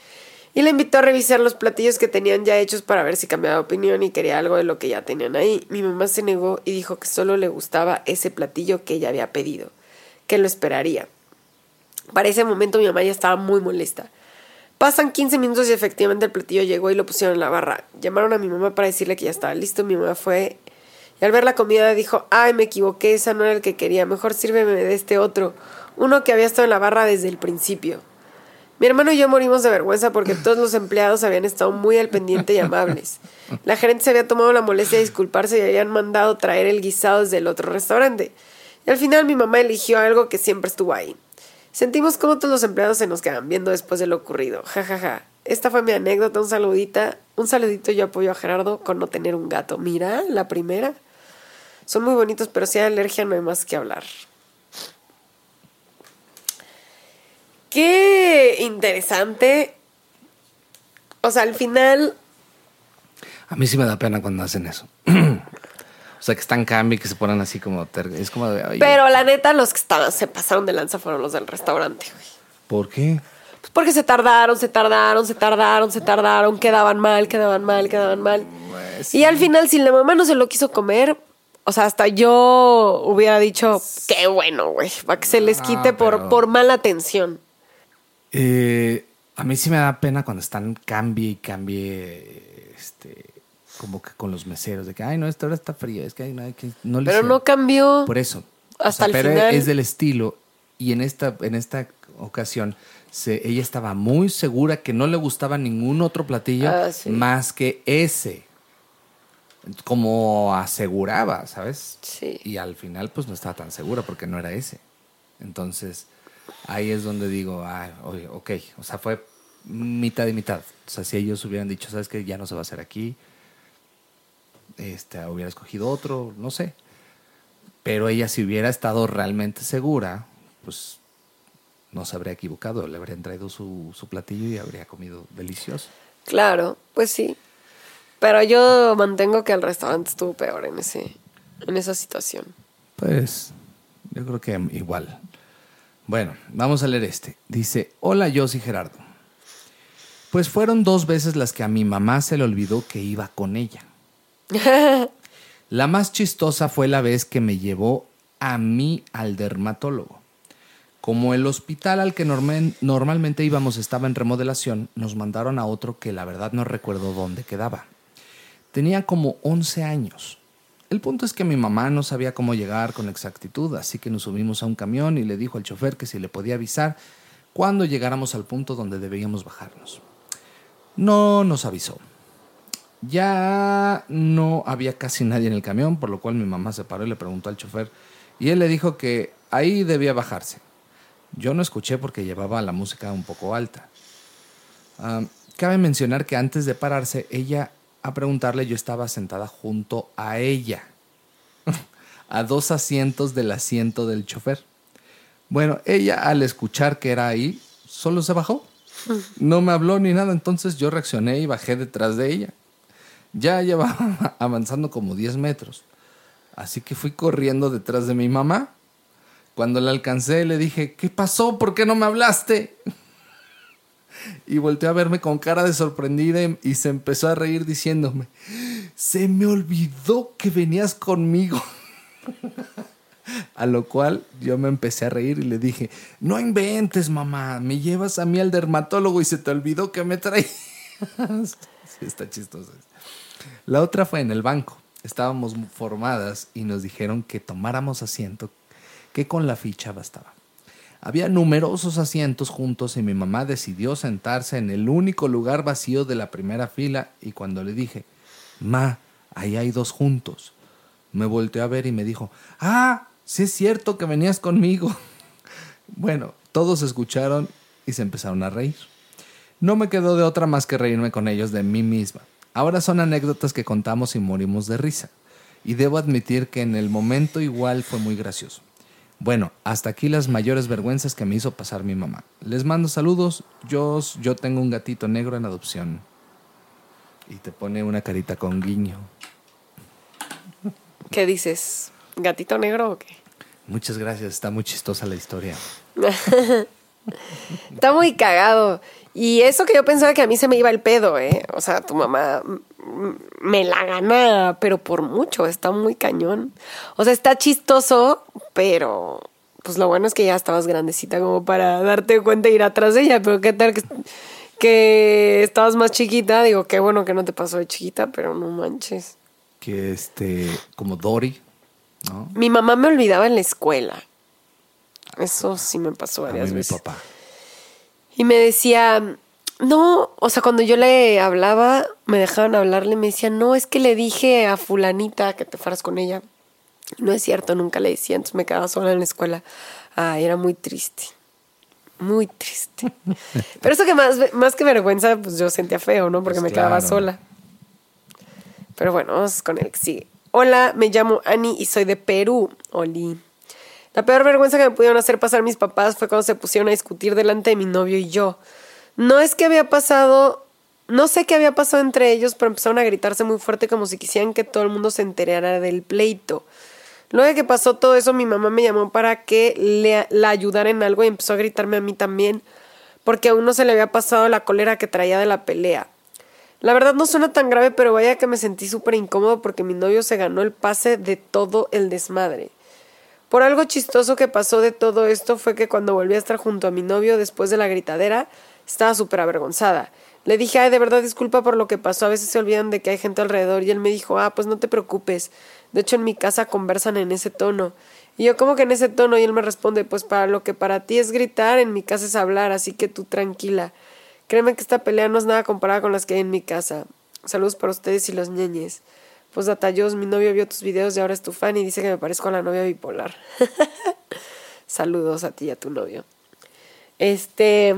Y le invitó a revisar los platillos que tenían ya hechos para ver si cambiaba de opinión y quería algo de lo que ya tenían ahí. Mi mamá se negó y dijo que solo le gustaba ese platillo que ella había pedido, que lo esperaría. Para ese momento mi mamá ya estaba muy molesta. Pasan quince minutos y efectivamente el platillo llegó y lo pusieron en la barra. Llamaron a mi mamá para decirle que ya estaba listo. Mi mamá fue y al ver la comida dijo, ay, me equivoqué, esa no era el que quería, mejor sírveme de este otro, uno que había estado en la barra desde el principio. Mi hermano y yo morimos de vergüenza porque todos los empleados habían estado muy al pendiente y amables. La gerente se había tomado la molestia de disculparse y habían mandado traer el guisado desde el otro restaurante. Y al final mi mamá eligió algo que siempre estuvo ahí. Sentimos como todos los empleados se nos quedan viendo después de lo ocurrido. Ja, ja, ja. Esta fue mi anécdota, un saludita. Un saludito yo apoyo a Gerardo con no tener un gato. Mira, la primera. Son muy bonitos, pero si hay alergia no hay más que hablar. Qué interesante. O sea, al final... A mí sí me da pena cuando hacen eso. O sea, que están cambio y que se ponen así como... Ter... Es como de... Oye. Pero la neta, los que estaban, se pasaron de lanza fueron los del restaurante, güey. ¿Por qué? Pues porque se tardaron, se tardaron, se tardaron, se tardaron. Quedaban mal, quedaban mal, quedaban mal. Pues, y al final, si la mamá no se lo quiso comer... O sea, hasta yo hubiera dicho, qué bueno, güey, para que se les quite ah, por, pero... por mala atención. Eh, a mí sí me da pena cuando están cambie y cambie, este, como que con los meseros, de que, ay, no, esta hora está fría, es que, ay, no, hay que no le Pero hicieron. no cambió. Por eso. Hasta o sea, el pero final. Es del estilo, y en esta, en esta ocasión, se, ella estaba muy segura que no le gustaba ningún otro platillo ah, sí. más que ese. Como aseguraba, ¿sabes? Sí. Y al final pues no estaba tan segura porque no era ese. Entonces ahí es donde digo, ah, ok, o sea, fue mitad y mitad. O sea, si ellos hubieran dicho, ¿sabes qué? Ya no se va a hacer aquí, este, hubiera escogido otro, no sé. Pero ella si hubiera estado realmente segura, pues no se habría equivocado, le habrían traído su, su platillo y habría comido delicioso. Claro, pues sí. Pero yo mantengo que el restaurante estuvo peor en ese, en esa situación. Pues, yo creo que igual. Bueno, vamos a leer este. Dice, hola, yo soy Gerardo. Pues fueron dos veces las que a mi mamá se le olvidó que iba con ella. La más chistosa fue la vez que me llevó a mí al dermatólogo. Como el hospital al que normal, normalmente íbamos estaba en remodelación, nos mandaron a otro que la verdad no recuerdo dónde quedaba. Tenía como once años. El punto es que mi mamá no sabía cómo llegar con exactitud, así que nos subimos a un camión y le dijo al chofer que si le podía avisar cuando llegáramos al punto donde debíamos bajarnos. No nos avisó. Ya no había casi nadie en el camión, por lo cual mi mamá se paró y le preguntó al chofer, y él le dijo que ahí debía bajarse. Yo no escuché porque llevaba la música un poco alta. Uh, cabe mencionar que antes de pararse, ella... A preguntarle, yo estaba sentada junto a ella, a dos asientos del asiento del chofer. Bueno, ella al escuchar que era ahí, solo se bajó. No me habló ni nada, entonces yo reaccioné y bajé detrás de ella. Ya llevaba avanzando como diez metros, así que fui corriendo detrás de mi mamá. Cuando la alcancé le dije, ¿qué pasó? ¿Por qué no me hablaste? Y volteó a verme con cara de sorprendida y se empezó a reír diciéndome, se me olvidó que venías conmigo. A lo cual yo me empecé a reír y le dije, no inventes, mamá, me llevas a mí al dermatólogo y se te olvidó que me traías. Sí, está chistoso. La otra fue en el banco. Estábamos formadas y nos dijeron que tomáramos asiento, que con la ficha bastaba. Había numerosos asientos juntos y mi mamá decidió sentarse en el único lugar vacío de la primera fila y cuando le dije, ma, ahí hay dos juntos, me volteó a ver y me dijo, ah, sí es cierto que venías conmigo. Bueno, todos escucharon y se empezaron a reír. No me quedó de otra más que reírme con ellos de mí misma. Ahora son anécdotas que contamos y morimos de risa. Y debo admitir que en el momento igual fue muy gracioso. Bueno, hasta aquí las mayores vergüenzas que me hizo pasar mi mamá. Les mando saludos. Yo, yo tengo un gatito negro en adopción. Y te pone una carita con guiño. ¿Qué dices? ¿Gatito negro o qué? Muchas gracias. Está muy chistosa la historia. Está muy cagado. Y eso que yo pensaba que a mí se me iba el pedo, ¿eh? O sea, tu mamá me la gana, pero por mucho, está muy cañón. O sea, está chistoso, pero pues lo bueno es que ya estabas grandecita como para darte cuenta e ir atrás de ella. Pero qué tal que, que estabas más chiquita. Digo, qué bueno que no te pasó de chiquita, pero no manches. Que este, como Dory, ¿no? Mi mamá me olvidaba en la escuela. Eso sí me pasó varias a mí, veces. Mi papá. Y me decía, no, o sea, cuando yo le hablaba, me dejaban hablarle, me decía, no, es que le dije a fulanita que te fueras con ella. No es cierto, nunca le decía, entonces me quedaba sola en la escuela. Ay, era muy triste, muy triste. Pero eso que más, más que vergüenza, pues yo sentía feo, ¿no? Porque Pues me quedaba claro. sola. Pero bueno, vamos con el que sigue. Hola, me llamo Ani y soy de Perú. Oli. La peor vergüenza que me pudieron hacer pasar mis papás fue cuando se pusieron a discutir delante de mi novio y yo. No es que había pasado, no sé qué había pasado entre ellos, pero empezaron a gritarse muy fuerte como si quisieran que todo el mundo se enterara del pleito. Luego de que pasó todo eso, mi mamá me llamó para que le, la ayudara en algo y empezó a gritarme a mí también, porque a uno se le había pasado la cólera que traía de la pelea. La verdad no suena tan grave, pero vaya que me sentí súper incómodo porque mi novio se ganó el pase de todo el desmadre. Por algo chistoso que pasó de todo esto fue que cuando volví a estar junto a mi novio después de la gritadera, estaba súper avergonzada. Le dije, ay, de verdad disculpa por lo que pasó, a veces se olvidan de que hay gente alrededor. Y él me dijo, ah, pues no te preocupes. De hecho, en mi casa conversan en ese tono. Y yo, ¿cómo que en ese tono? Y él me responde, pues para lo que para ti es gritar, en mi casa es hablar, así que tú tranquila. Créeme que esta pelea no es nada comparada con las que hay en mi casa. Saludos para ustedes y los ñeñes. Pues Datayos, mi novio vio tus videos y ahora es tu fan y dice que me parezco a la novia bipolar. Saludos a ti y a tu novio. Este...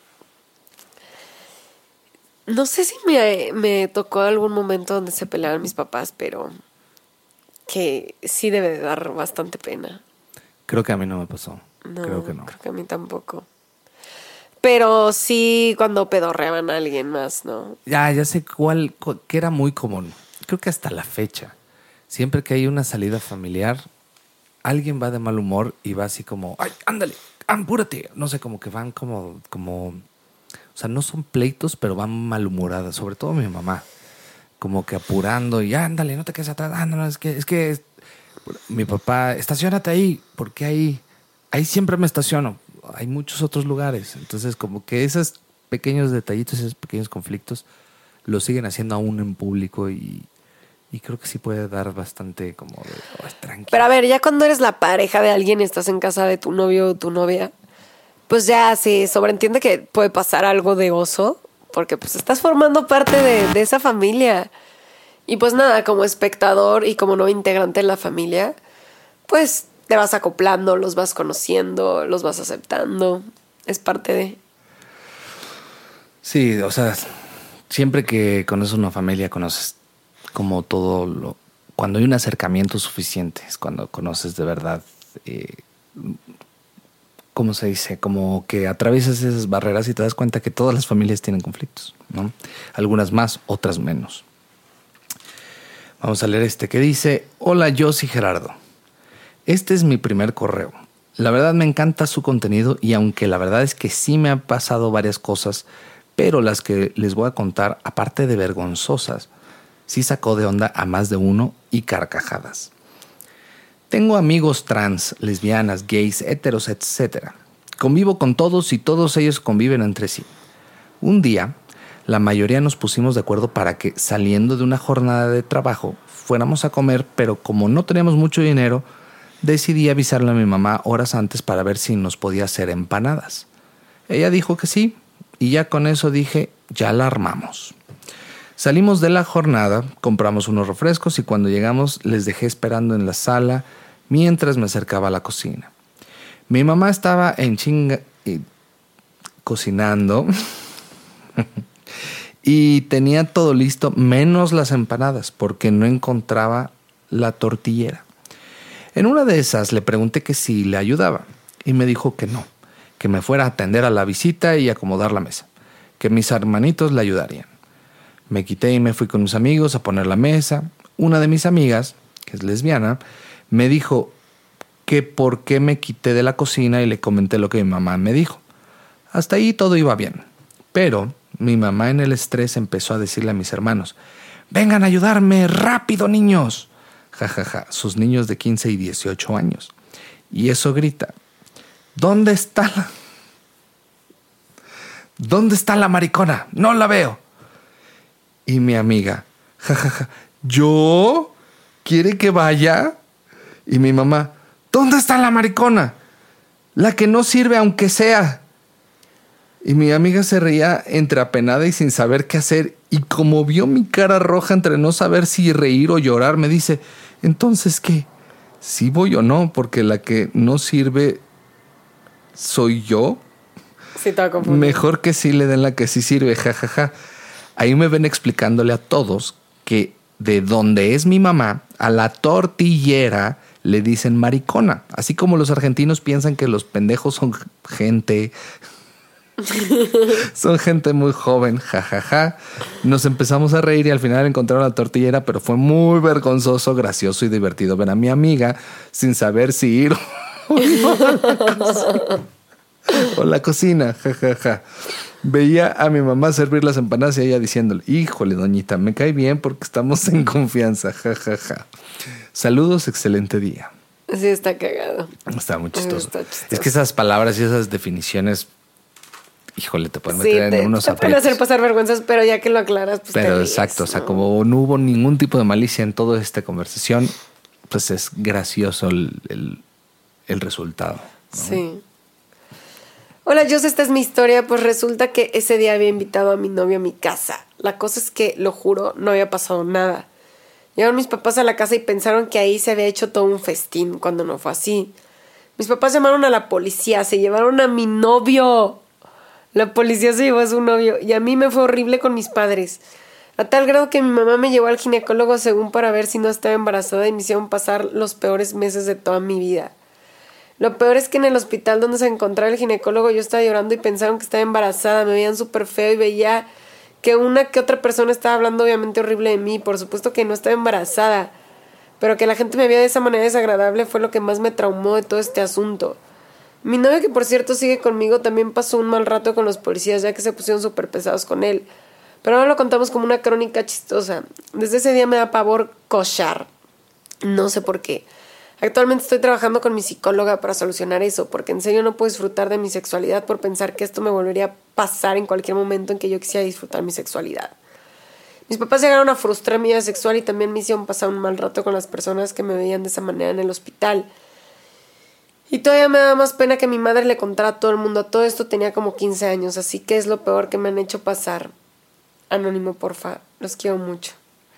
No sé si me, me tocó algún momento donde se peleaban mis papás, pero que sí debe de dar bastante pena. Creo que a mí no me pasó. No, creo que no. Creo que a mí tampoco. Pero sí cuando pedorreaban a alguien más, ¿no? Ya, ya sé cuál, cu- que era muy común. Creo que hasta la fecha. Siempre que hay una salida familiar, alguien va de mal humor y va así como, ay, ándale, apúrate. No sé, como que van como, como, o sea, no son pleitos, pero van malhumoradas. Sobre todo mi mamá. Como que apurando y ándale, no te quedes atrás. Ah, no, no, es que, es que mi papá, estaciónate ahí, porque ahí, ahí siempre me estaciono. Hay muchos otros lugares. Entonces, como que esos pequeños detallitos, esos pequeños conflictos, lo siguen haciendo aún en público y, y creo que sí puede dar bastante como de, oh, es tranquilo. Pero a ver, ya cuando eres la pareja de alguien y estás en casa de tu novio o tu novia, pues ya se sobreentiende que puede pasar algo de oso, porque pues estás formando parte de, de esa familia. Y pues nada, como espectador y como nuevo integrante de la familia, pues te vas acoplando, los vas conociendo, los vas aceptando. Es parte de... Sí, o sea, siempre que conoces una familia, conoces como todo lo... Cuando hay un acercamiento suficiente, es cuando conoces de verdad... Eh, ¿Cómo se dice? Como que atraviesas esas barreras y te das cuenta que todas las familias tienen conflictos, ¿no? Algunas más, otras menos. Vamos a leer este que dice: hola, yo soy Gerardo. Este es mi primer correo. La verdad me encanta su contenido y aunque la verdad es que sí me han pasado varias cosas, pero las que les voy a contar, aparte de vergonzosas, sí sacó de onda a más de uno y carcajadas. Tengo amigos trans, lesbianas, gays, heteros, etcétera. Convivo con todos y todos ellos conviven entre sí. Un día, la mayoría nos pusimos de acuerdo para que, saliendo de una jornada de trabajo, fuéramos a comer, pero como no teníamos mucho dinero, decidí avisarle a mi mamá horas antes para ver si nos podía hacer empanadas. Ella dijo que sí, y ya con eso dije, ya la armamos. Salimos de la jornada, compramos unos refrescos y cuando llegamos les dejé esperando en la sala mientras me acercaba a la cocina. Mi mamá estaba en chinga y cocinando y tenía todo listo menos las empanadas porque no encontraba la tortillera. En una de esas le pregunté que si le ayudaba y me dijo que no, que me fuera a atender a la visita y acomodar la mesa, que mis hermanitos le ayudarían. Me quité y me fui con mis amigos a poner la mesa. Una de mis amigas, que es lesbiana, me dijo que por qué me quité de la cocina y le comenté lo que mi mamá me dijo. Hasta ahí todo iba bien. Pero mi mamá en el estrés empezó a decirle a mis hermanos: vengan a ayudarme, rápido niños. Ja, ja, ja, sus niños de quince y dieciocho años. Y eso grita: ¿dónde está la... ¿Dónde está la maricona? No la veo. Y mi amiga: ja, ja, ja, ¿yo? ¿Quiere que vaya? Y mi mamá: ¿dónde está la maricona? La que no sirve aunque sea. Y mi amiga se reía entre apenada y sin saber qué hacer. Y como vio mi cara roja entre no saber si reír o llorar, me dice: ¿entonces qué? ¿Sí voy o no? Porque la que no sirve soy yo. Sí, te confundido. Mejor que sí le den la que sí sirve, jajaja. Ja, ja. Ahí me ven explicándole a todos que de donde es mi mamá, a la tortillera le dicen maricona. Así como los argentinos piensan que los pendejos son gente... son gente muy joven, jajaja. Ja, ja. Nos empezamos a reír y al final encontraron la tortillera, pero fue muy vergonzoso, gracioso y divertido ver a mi amiga sin saber si ir o no a la cocina. O la cocina, jajaja. Ja, ja. Veía a mi mamá servir las empanadas y ella diciéndole: híjole, doñita, me cae bien porque estamos en confianza, jajaja. Ja, ja. Saludos, excelente día. Sí, está cagado. Está muy chistoso. Está chistoso. Es que esas palabras y esas definiciones, híjole, te pueden sí, meter te, en unos te pueden hacer pasar vergüenzas, pero ya que lo aclaras, pues pero te ríes, exacto, ¿no? O sea, como no hubo ningún tipo de malicia en toda esta conversación, pues es gracioso el, el, el resultado, ¿no? Sí. Hola, Jose, esta es mi historia. Pues resulta que ese día había invitado a mi novio a mi casa. La cosa es que, lo juro, no había pasado nada. Llegaron mis papás a la casa y pensaron que ahí se había hecho todo un festín, cuando no fue así. Mis papás llamaron a la policía, se llevaron a mi novio. La policía se llevó a su novio y a mí me fue horrible con mis padres. A tal grado que mi mamá me llevó al ginecólogo según para ver si no estaba embarazada y me hicieron pasar los peores meses de toda mi vida. Lo peor es que en el hospital donde se encontraba el ginecólogo yo estaba llorando y pensaron que estaba embarazada. Me veían súper feo y veía que una que otra persona estaba hablando obviamente horrible de mí. Por supuesto que no estaba embarazada, pero que la gente me veía de esa manera desagradable fue lo que más me traumó de todo este asunto. Mi novio, que por cierto sigue conmigo, también pasó un mal rato con los policías ya que se pusieron súper pesados con él. Pero ahora lo contamos como una crónica chistosa. Desde ese día me da pavor cochar. No sé por qué. Actualmente estoy trabajando con mi psicóloga para solucionar eso, porque en serio no puedo disfrutar de mi sexualidad por pensar que esto me volvería a pasar en cualquier momento en que yo quisiera disfrutar mi sexualidad. Mis papás llegaron a frustrar mi vida sexual y también me hicieron pasar un mal rato con las personas que me veían de esa manera en el hospital. Y todavía me da más pena que mi madre le contara a todo el mundo. Todo esto tenía como quince años, así que es lo peor que me han hecho pasar. Anónimo, porfa, los quiero mucho.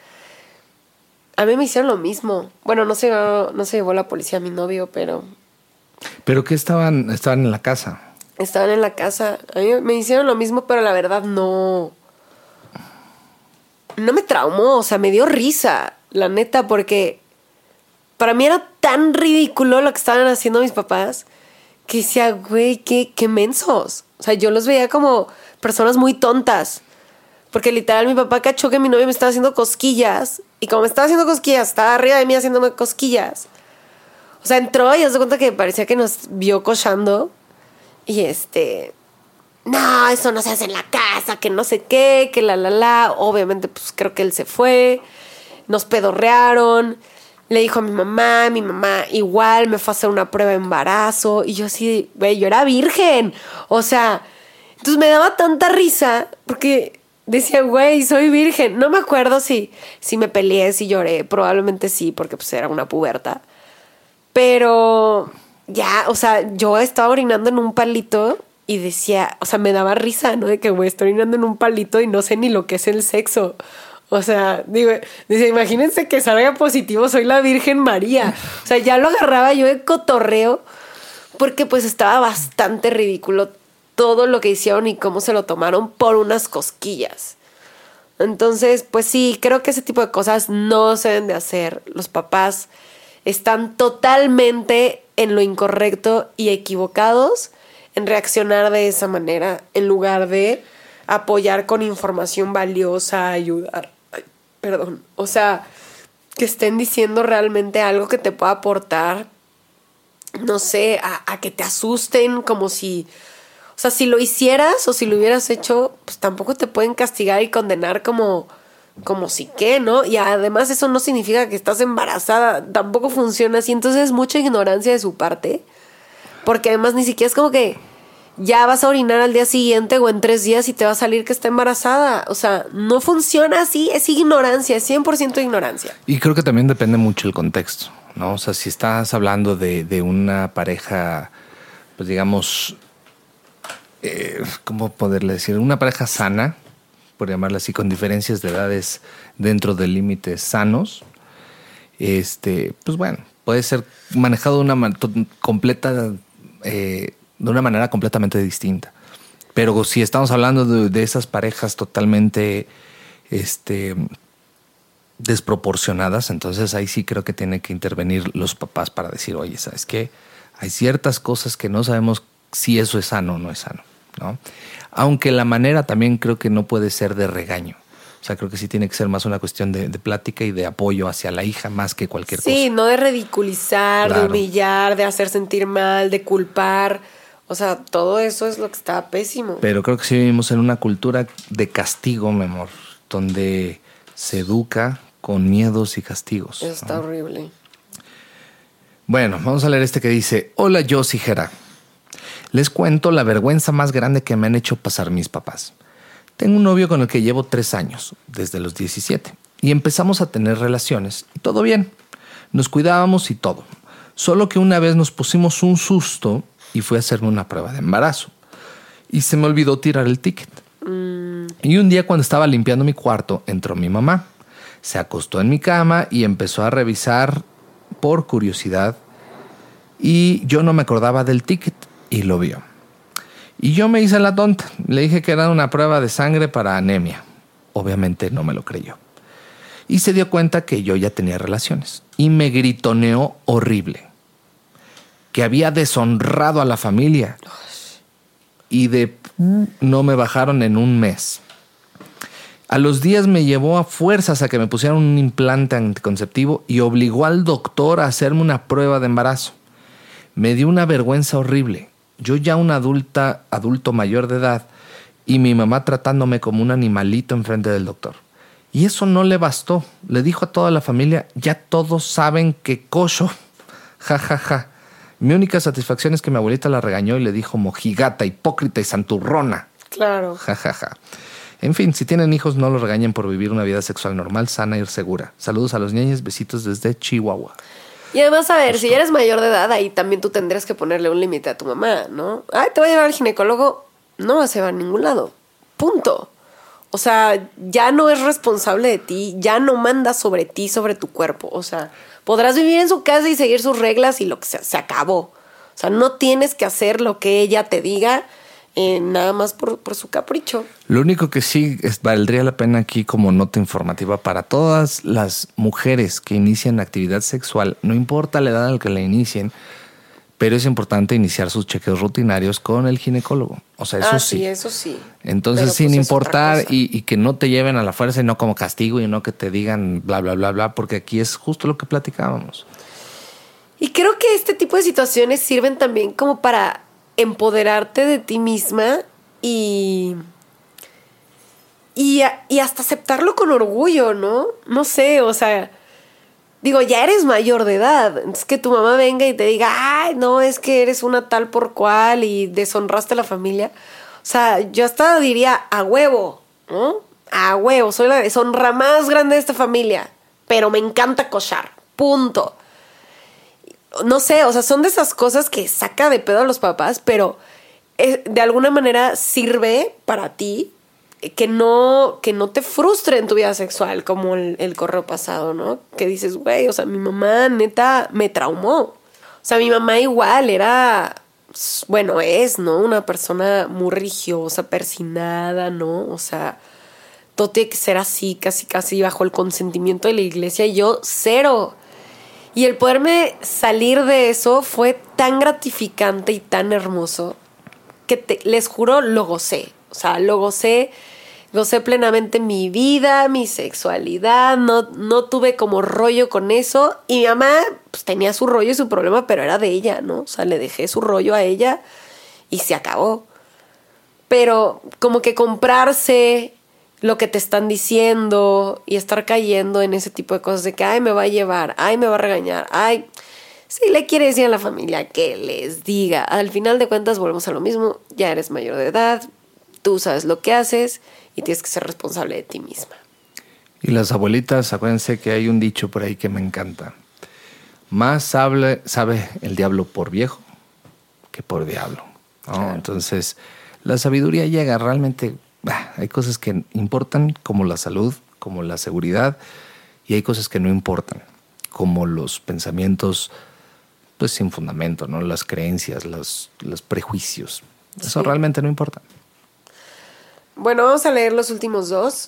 A mí me hicieron lo mismo. Bueno, no se, no se llevó la policía a mi novio, pero... ¿Pero qué estaban, estaban en la casa? Estaban en la casa. A mí me hicieron lo mismo, pero la verdad no... No me traumó, o sea, me dio risa, la neta, porque para mí era tan ridículo lo que estaban haciendo mis papás que decía, güey, qué, qué mensos. O sea, yo los veía como personas muy tontas. Porque literal mi papá cachó que mi novio me estaba haciendo cosquillas. Y como me estaba haciendo cosquillas, estaba arriba de mí haciéndome cosquillas. O sea, entró y se cuenta que parecía que nos vio cochando. Y este... No, eso no se hace en la casa, que no sé qué, que la, la, la. Obviamente, pues creo que él se fue. Nos pedorrearon. Le dijo a mi mamá, mi mamá igual me fue a hacer una prueba de embarazo. Y yo así, güey, yo era virgen. O sea, entonces me daba tanta risa porque... Decía, güey, soy virgen. No me acuerdo si, si me peleé, si lloré. Probablemente sí, porque pues era una puberta. Pero ya, o sea, yo estaba orinando en un palito y decía, o sea, me daba risa, ¿no? De que, güey, estoy orinando en un palito y no sé ni lo que es el sexo. O sea, digo, dice, imagínense que salga positivo, soy la Virgen María. O sea, ya lo agarraba yo de cotorreo porque pues estaba bastante ridículo todo lo que hicieron y cómo se lo tomaron por unas cosquillas. Entonces, pues sí, creo que ese tipo de cosas no se deben de hacer. Los papás están totalmente en lo incorrecto y equivocados en reaccionar de esa manera, en lugar de apoyar con información valiosa, ayudar. Ay, perdón. O sea, que estén diciendo realmente algo que te pueda aportar, no sé, a, a que te asusten como si... O sea, si lo hicieras o si lo hubieras hecho, pues tampoco te pueden castigar y condenar como, como si qué, ¿no? Y además eso no significa que estás embarazada, tampoco funciona así. Entonces es mucha ignorancia de su parte, porque además ni siquiera es como que ya vas a orinar al día siguiente o en tres días y te va a salir que está embarazada. O sea, no funciona así, es ignorancia, es cien por ciento ignorancia. Y creo que también depende mucho el contexto, ¿no? O sea, si estás hablando de, de una pareja, pues digamos, eh, ¿cómo poderle decir? Una pareja sana, por llamarla así, con diferencias de edades dentro de límites sanos, este, pues bueno, puede ser manejado de una man- completa... Eh, de una manera completamente distinta. Pero si estamos hablando de, de esas parejas totalmente este, desproporcionadas, entonces ahí sí creo que tienen que intervenir los papás para decir, oye, ¿sabes qué? Hay ciertas cosas que no sabemos si eso es sano o no es sano, ¿no? Aunque la manera también creo que no puede ser de regaño. O sea, creo que sí tiene que ser más una cuestión de, de plática y de apoyo hacia la hija más que cualquier sí, cosa. Sí, no de ridiculizar, Claro. de humillar, de hacer sentir mal, de culpar. O sea, todo eso es lo que está pésimo. Pero creo que sí vivimos en una cultura de castigo, mi amor, donde se educa con miedos y castigos. Eso está ¿no? horrible. Bueno, vamos a leer este que dice: Hola, yo Jera. Les cuento la vergüenza más grande que me han hecho pasar mis papás. Tengo un novio con el que llevo tres años, desde los diecisiete, y empezamos a tener relaciones, y todo bien. Nos cuidábamos y todo. Solo que una vez nos pusimos un susto y fui a hacerme una prueba de embarazo. Y se me olvidó tirar el ticket. Mm. Y un día, cuando estaba limpiando mi cuarto, entró mi mamá. Se acostó en mi cama y empezó a revisar por curiosidad. Y yo no me acordaba del ticket y lo vio. Y yo me hice la tonta. Le dije que era una prueba de sangre para anemia. Obviamente no me lo creyó. Y se dio cuenta que yo ya tenía relaciones. Y me gritoneó horrible. Que había deshonrado a la familia. Y de no me bajaron en un mes. A los días me llevó a fuerzas a que me pusieran un implante anticonceptivo y obligó al doctor a hacerme una prueba de embarazo. Me dio una vergüenza horrible. Yo ya un adulta, adulto mayor de edad, y mi mamá tratándome como un animalito enfrente del doctor. Y eso no le bastó. Le dijo a toda la familia: ya todos saben que cocho. Ja, ja, ja. Mi única satisfacción es que mi abuelita la regañó y le dijo mojigata, hipócrita y santurrona. Claro. Ja, ja, ja. En fin, si tienen hijos, no los regañen por vivir una vida sexual normal, sana y segura. Saludos a los ñeñes, besitos desde Chihuahua. Y además, a ver, Justo. si eres mayor de edad, ahí también tú tendrías que ponerle un límite a tu mamá, ¿no? Ay, te voy a llevar al ginecólogo. No vas a llevar a ningún lado. Punto. O sea, ya no es responsable de ti, ya no manda sobre ti, sobre tu cuerpo. O sea, podrás vivir en su casa y seguir sus reglas y lo que sea, se acabó. O sea, no tienes que hacer lo que ella te diga eh, nada más por, por su capricho. Lo único que sí es, valdría la pena aquí como nota informativa para todas las mujeres que inician actividad sexual, no importa la edad a la que la inicien, pero es importante iniciar sus chequeos rutinarios con el ginecólogo. O sea, eso ah, sí. sí, eso sí. Entonces, Pero, sin pues, es importar otra cosa. y, y que no te lleven a la fuerza y no como castigo y no que te digan bla, bla, bla, bla, porque aquí es justo lo que platicábamos. Y creo que este tipo de situaciones sirven también como para empoderarte de ti misma y, y, y hasta aceptarlo con orgullo, ¿no? No sé, o sea, digo, ya eres mayor de edad, entonces que tu mamá venga y te diga, ay, no, es que eres una tal por cual y deshonraste a la familia. O sea, yo hasta diría, a huevo, ¿no? A huevo, soy la deshonra más grande de esta familia, pero me encanta cochar, punto. No sé, o sea, son de esas cosas que saca de pedo a los papás, pero eh, de alguna manera sirve para ti que no, que no te frustre en tu vida sexual, como el, el correo pasado, ¿no? Que dices, güey, o sea, mi mamá neta me traumó. O sea, mi mamá igual era, bueno, es, ¿no? Una persona muy religiosa, persinada, ¿no? O sea, todo tiene que ser así, casi, casi bajo el consentimiento de la iglesia, y yo cero. Y el poderme salir de eso fue tan gratificante y tan hermoso que te, les juro, lo gocé. O sea, lo gocé, gocé plenamente mi vida, mi sexualidad, no, no tuve como rollo con eso. Y mi mamá pues, tenía su rollo y su problema, pero era de ella, ¿no? O sea, le dejé su rollo a ella y se acabó. Pero como que comprarse lo que te están diciendo y estar cayendo en ese tipo de cosas de que, ay, me va a llevar, ay, me va a regañar, ay, si le quiere decir a la familia que les diga. Al final de cuentas volvemos a lo mismo, ya eres mayor de edad, tú sabes lo que haces y tienes que ser responsable de ti misma. Y las abuelitas, acuérdense que hay un dicho por ahí que me encanta. Más sabe, sabe el diablo por viejo que por diablo, ¿no? Claro. Entonces, la sabiduría llega realmente. Bah, hay cosas que importan, como la salud, como la seguridad, y hay cosas que no importan, como los pensamientos pues sin fundamento, ¿no? Las creencias, los, los prejuicios. Eso sí. Realmente no importa. Bueno, vamos a leer los últimos dos.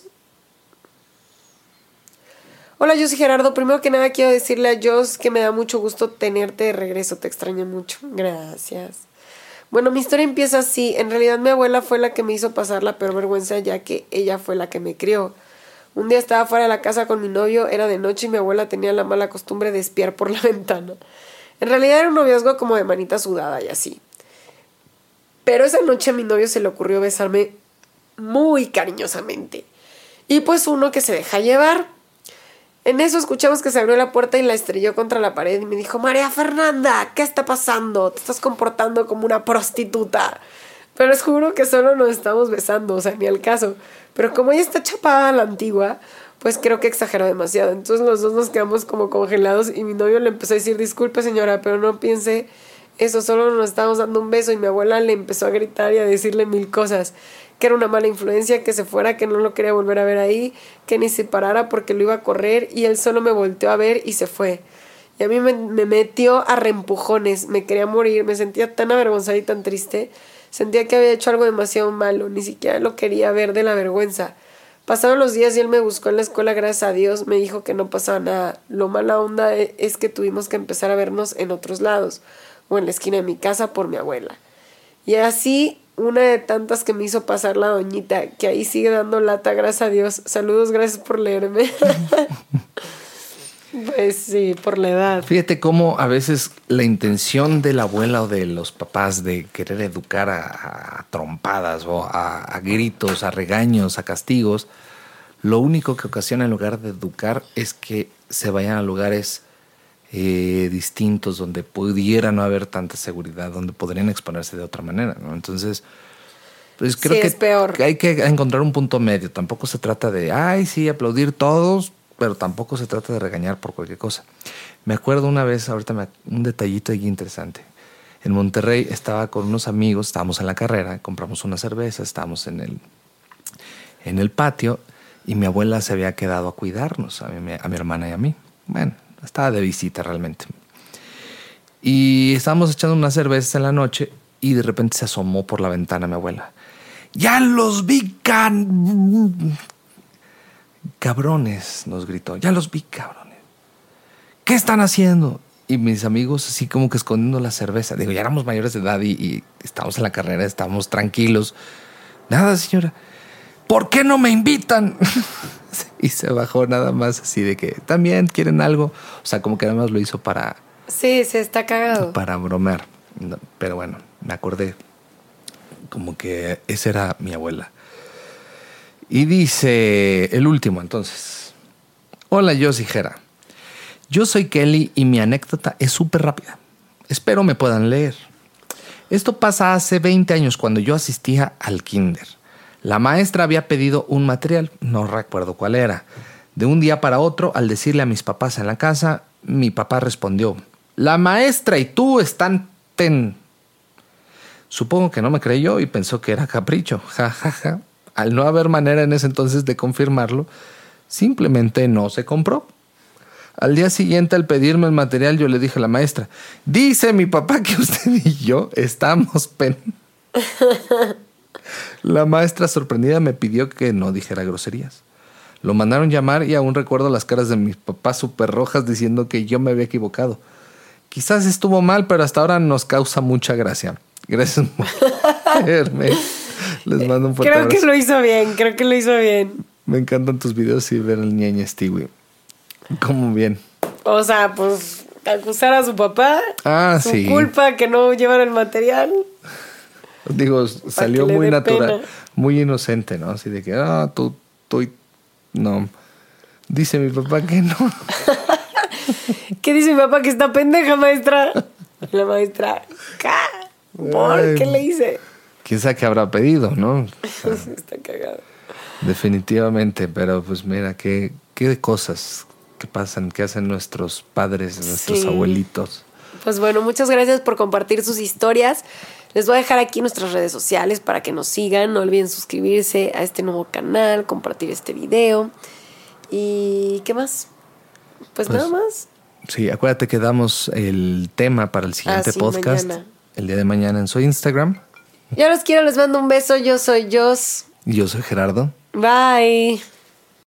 Hola, yo soy Gerardo. Primero que nada quiero decirle a Jos que me da mucho gusto tenerte de regreso. Te extraño mucho. Gracias. Bueno, mi historia empieza así. En realidad mi abuela fue la que me hizo pasar la peor vergüenza, ya que ella fue la que me crió. Un día estaba fuera de la casa con mi novio, era de noche y mi abuela tenía la mala costumbre de espiar por la ventana. En realidad era un noviazgo como de manita sudada y así. Pero esa noche a mi novio se le ocurrió besarme muy cariñosamente. Y pues uno que se deja llevar. En eso escuchamos que se abrió la puerta y la estrelló contra la pared y me dijo, María Fernanda, ¿qué está pasando? Te estás comportando como una prostituta. Pero les juro que solo nos estamos besando, o sea, ni al caso. Pero como ella está chapada a la antigua, pues creo que exageró demasiado. Entonces los dos nos quedamos como congelados y mi novio le empezó a decir, disculpe señora, pero no piense eso, solo nos estábamos dando un beso. Y mi abuela le empezó a gritar y a decirle mil cosas. Que era una mala influencia, que se fuera, que no lo quería volver a ver ahí, que ni se parara porque lo iba a correr, y él solo me volteó a ver y se fue. Y a mí me, me metió a reempujones, me quería morir, me sentía tan avergonzada y tan triste, sentía que había hecho algo demasiado malo, ni siquiera lo quería ver de la vergüenza. Pasaron los días y él me buscó en la escuela, gracias a Dios, me dijo que no pasaba nada. Lo mala onda es que tuvimos que empezar a vernos en otros lados, o en la esquina de mi casa por mi abuela. Y así, una de tantas que me hizo pasar la doñita, que ahí sigue dando lata, gracias a Dios. Saludos, gracias por leerme. Pues sí, por la edad. Fíjate cómo a veces la intención de la abuela o de los papás de querer educar a, a trompadas o a, a gritos, a regaños, a castigos, lo único que ocasiona en lugar de educar es que se vayan a lugares Eh, distintos, donde pudiera no haber tanta seguridad, donde podrían exponerse de otra manera, ¿no? Entonces, pues creo sí, que, es peor. que hay que encontrar un punto medio. Tampoco se trata de, ay, sí, aplaudir todos, pero tampoco se trata de regañar por cualquier cosa. Me acuerdo una vez, ahorita me, un detallito ahí interesante. En Monterrey estaba con unos amigos, estábamos en la carrera, compramos una cerveza, estábamos en el, en el patio y mi abuela se había quedado a cuidarnos, a mi, a mi hermana y a mí. Bueno, estaba de visita realmente. Y estábamos echando unas cervezas en la noche y de repente se asomó por la ventana mi abuela. ¡Ya los vi, can... cabrones! Nos gritó. ¡Ya los vi, cabrones! ¿Qué están haciendo? Y mis amigos así como que escondiendo la cerveza. Digo, ya éramos mayores de edad y, y estábamos en la carrera, estábamos tranquilos. Nada, señora. ¿Por qué no me invitan? Y se bajó nada más así de que también quieren algo. O sea, como que nada más lo hizo para... Sí, se está cagado. Para bromear. Pero bueno, me acordé. Como que esa era mi abuela. Y dice el último entonces. Hola, yo soy Jera. Yo soy Kelly y mi anécdota es súper rápida. Espero me puedan leer. Esto pasa hace veinte años cuando yo asistía al kinder. La maestra había pedido un material, no recuerdo cuál era. De un día para otro, al decirle a mis papás en la casa, mi papá respondió, la maestra y tú están ten. Supongo que no me creyó y pensó que era capricho. Ja, ja, ja. Al no haber manera en ese entonces de confirmarlo, simplemente no se compró. Al día siguiente, al pedirme el material, yo le dije a la maestra, dice mi papá que usted y yo estamos pen... La maestra sorprendida me pidió que no dijera groserías. Lo mandaron llamar y aún recuerdo las caras de mis papás súper rojas diciendo que yo me había equivocado. Quizás estuvo mal, pero hasta ahora nos causa mucha gracia. Gracias por verme. Les mando un fuerte Creo abrazo. que lo hizo bien, creo que lo hizo bien. Me encantan tus videos y ver al ñeñe Stewie. ¿Cómo bien? O sea, pues acusar a su papá. Ah, su sí. culpa que no llevan el material. Digo, salió que le muy dé natural, pena. muy inocente, ¿no? Así de que, ah, tú, tú, no. Dice mi papá que no. ¿Qué dice mi papá? Que está pendeja, maestra. La maestra, ¿qué? ¿Por Ay. qué le hice? Quién sabe qué habrá pedido, ¿no? O sea, Está cagado. definitivamente, pero pues mira, qué, qué cosas que pasan, que hacen nuestros padres, nuestros Sí. abuelitos. Pues bueno, muchas gracias por compartir sus historias. Les voy a dejar aquí nuestras redes sociales para que nos sigan. No olviden suscribirse a este nuevo canal, compartir este video. ¿Y qué más? Pues, Pues, nada más. Sí, acuérdate que damos el tema para el siguiente Ah, sí, podcast mañana. el día de mañana en su Instagram. Yo los quiero, les mando un beso. Yo soy Jos. Y yo soy Gerardo. Bye.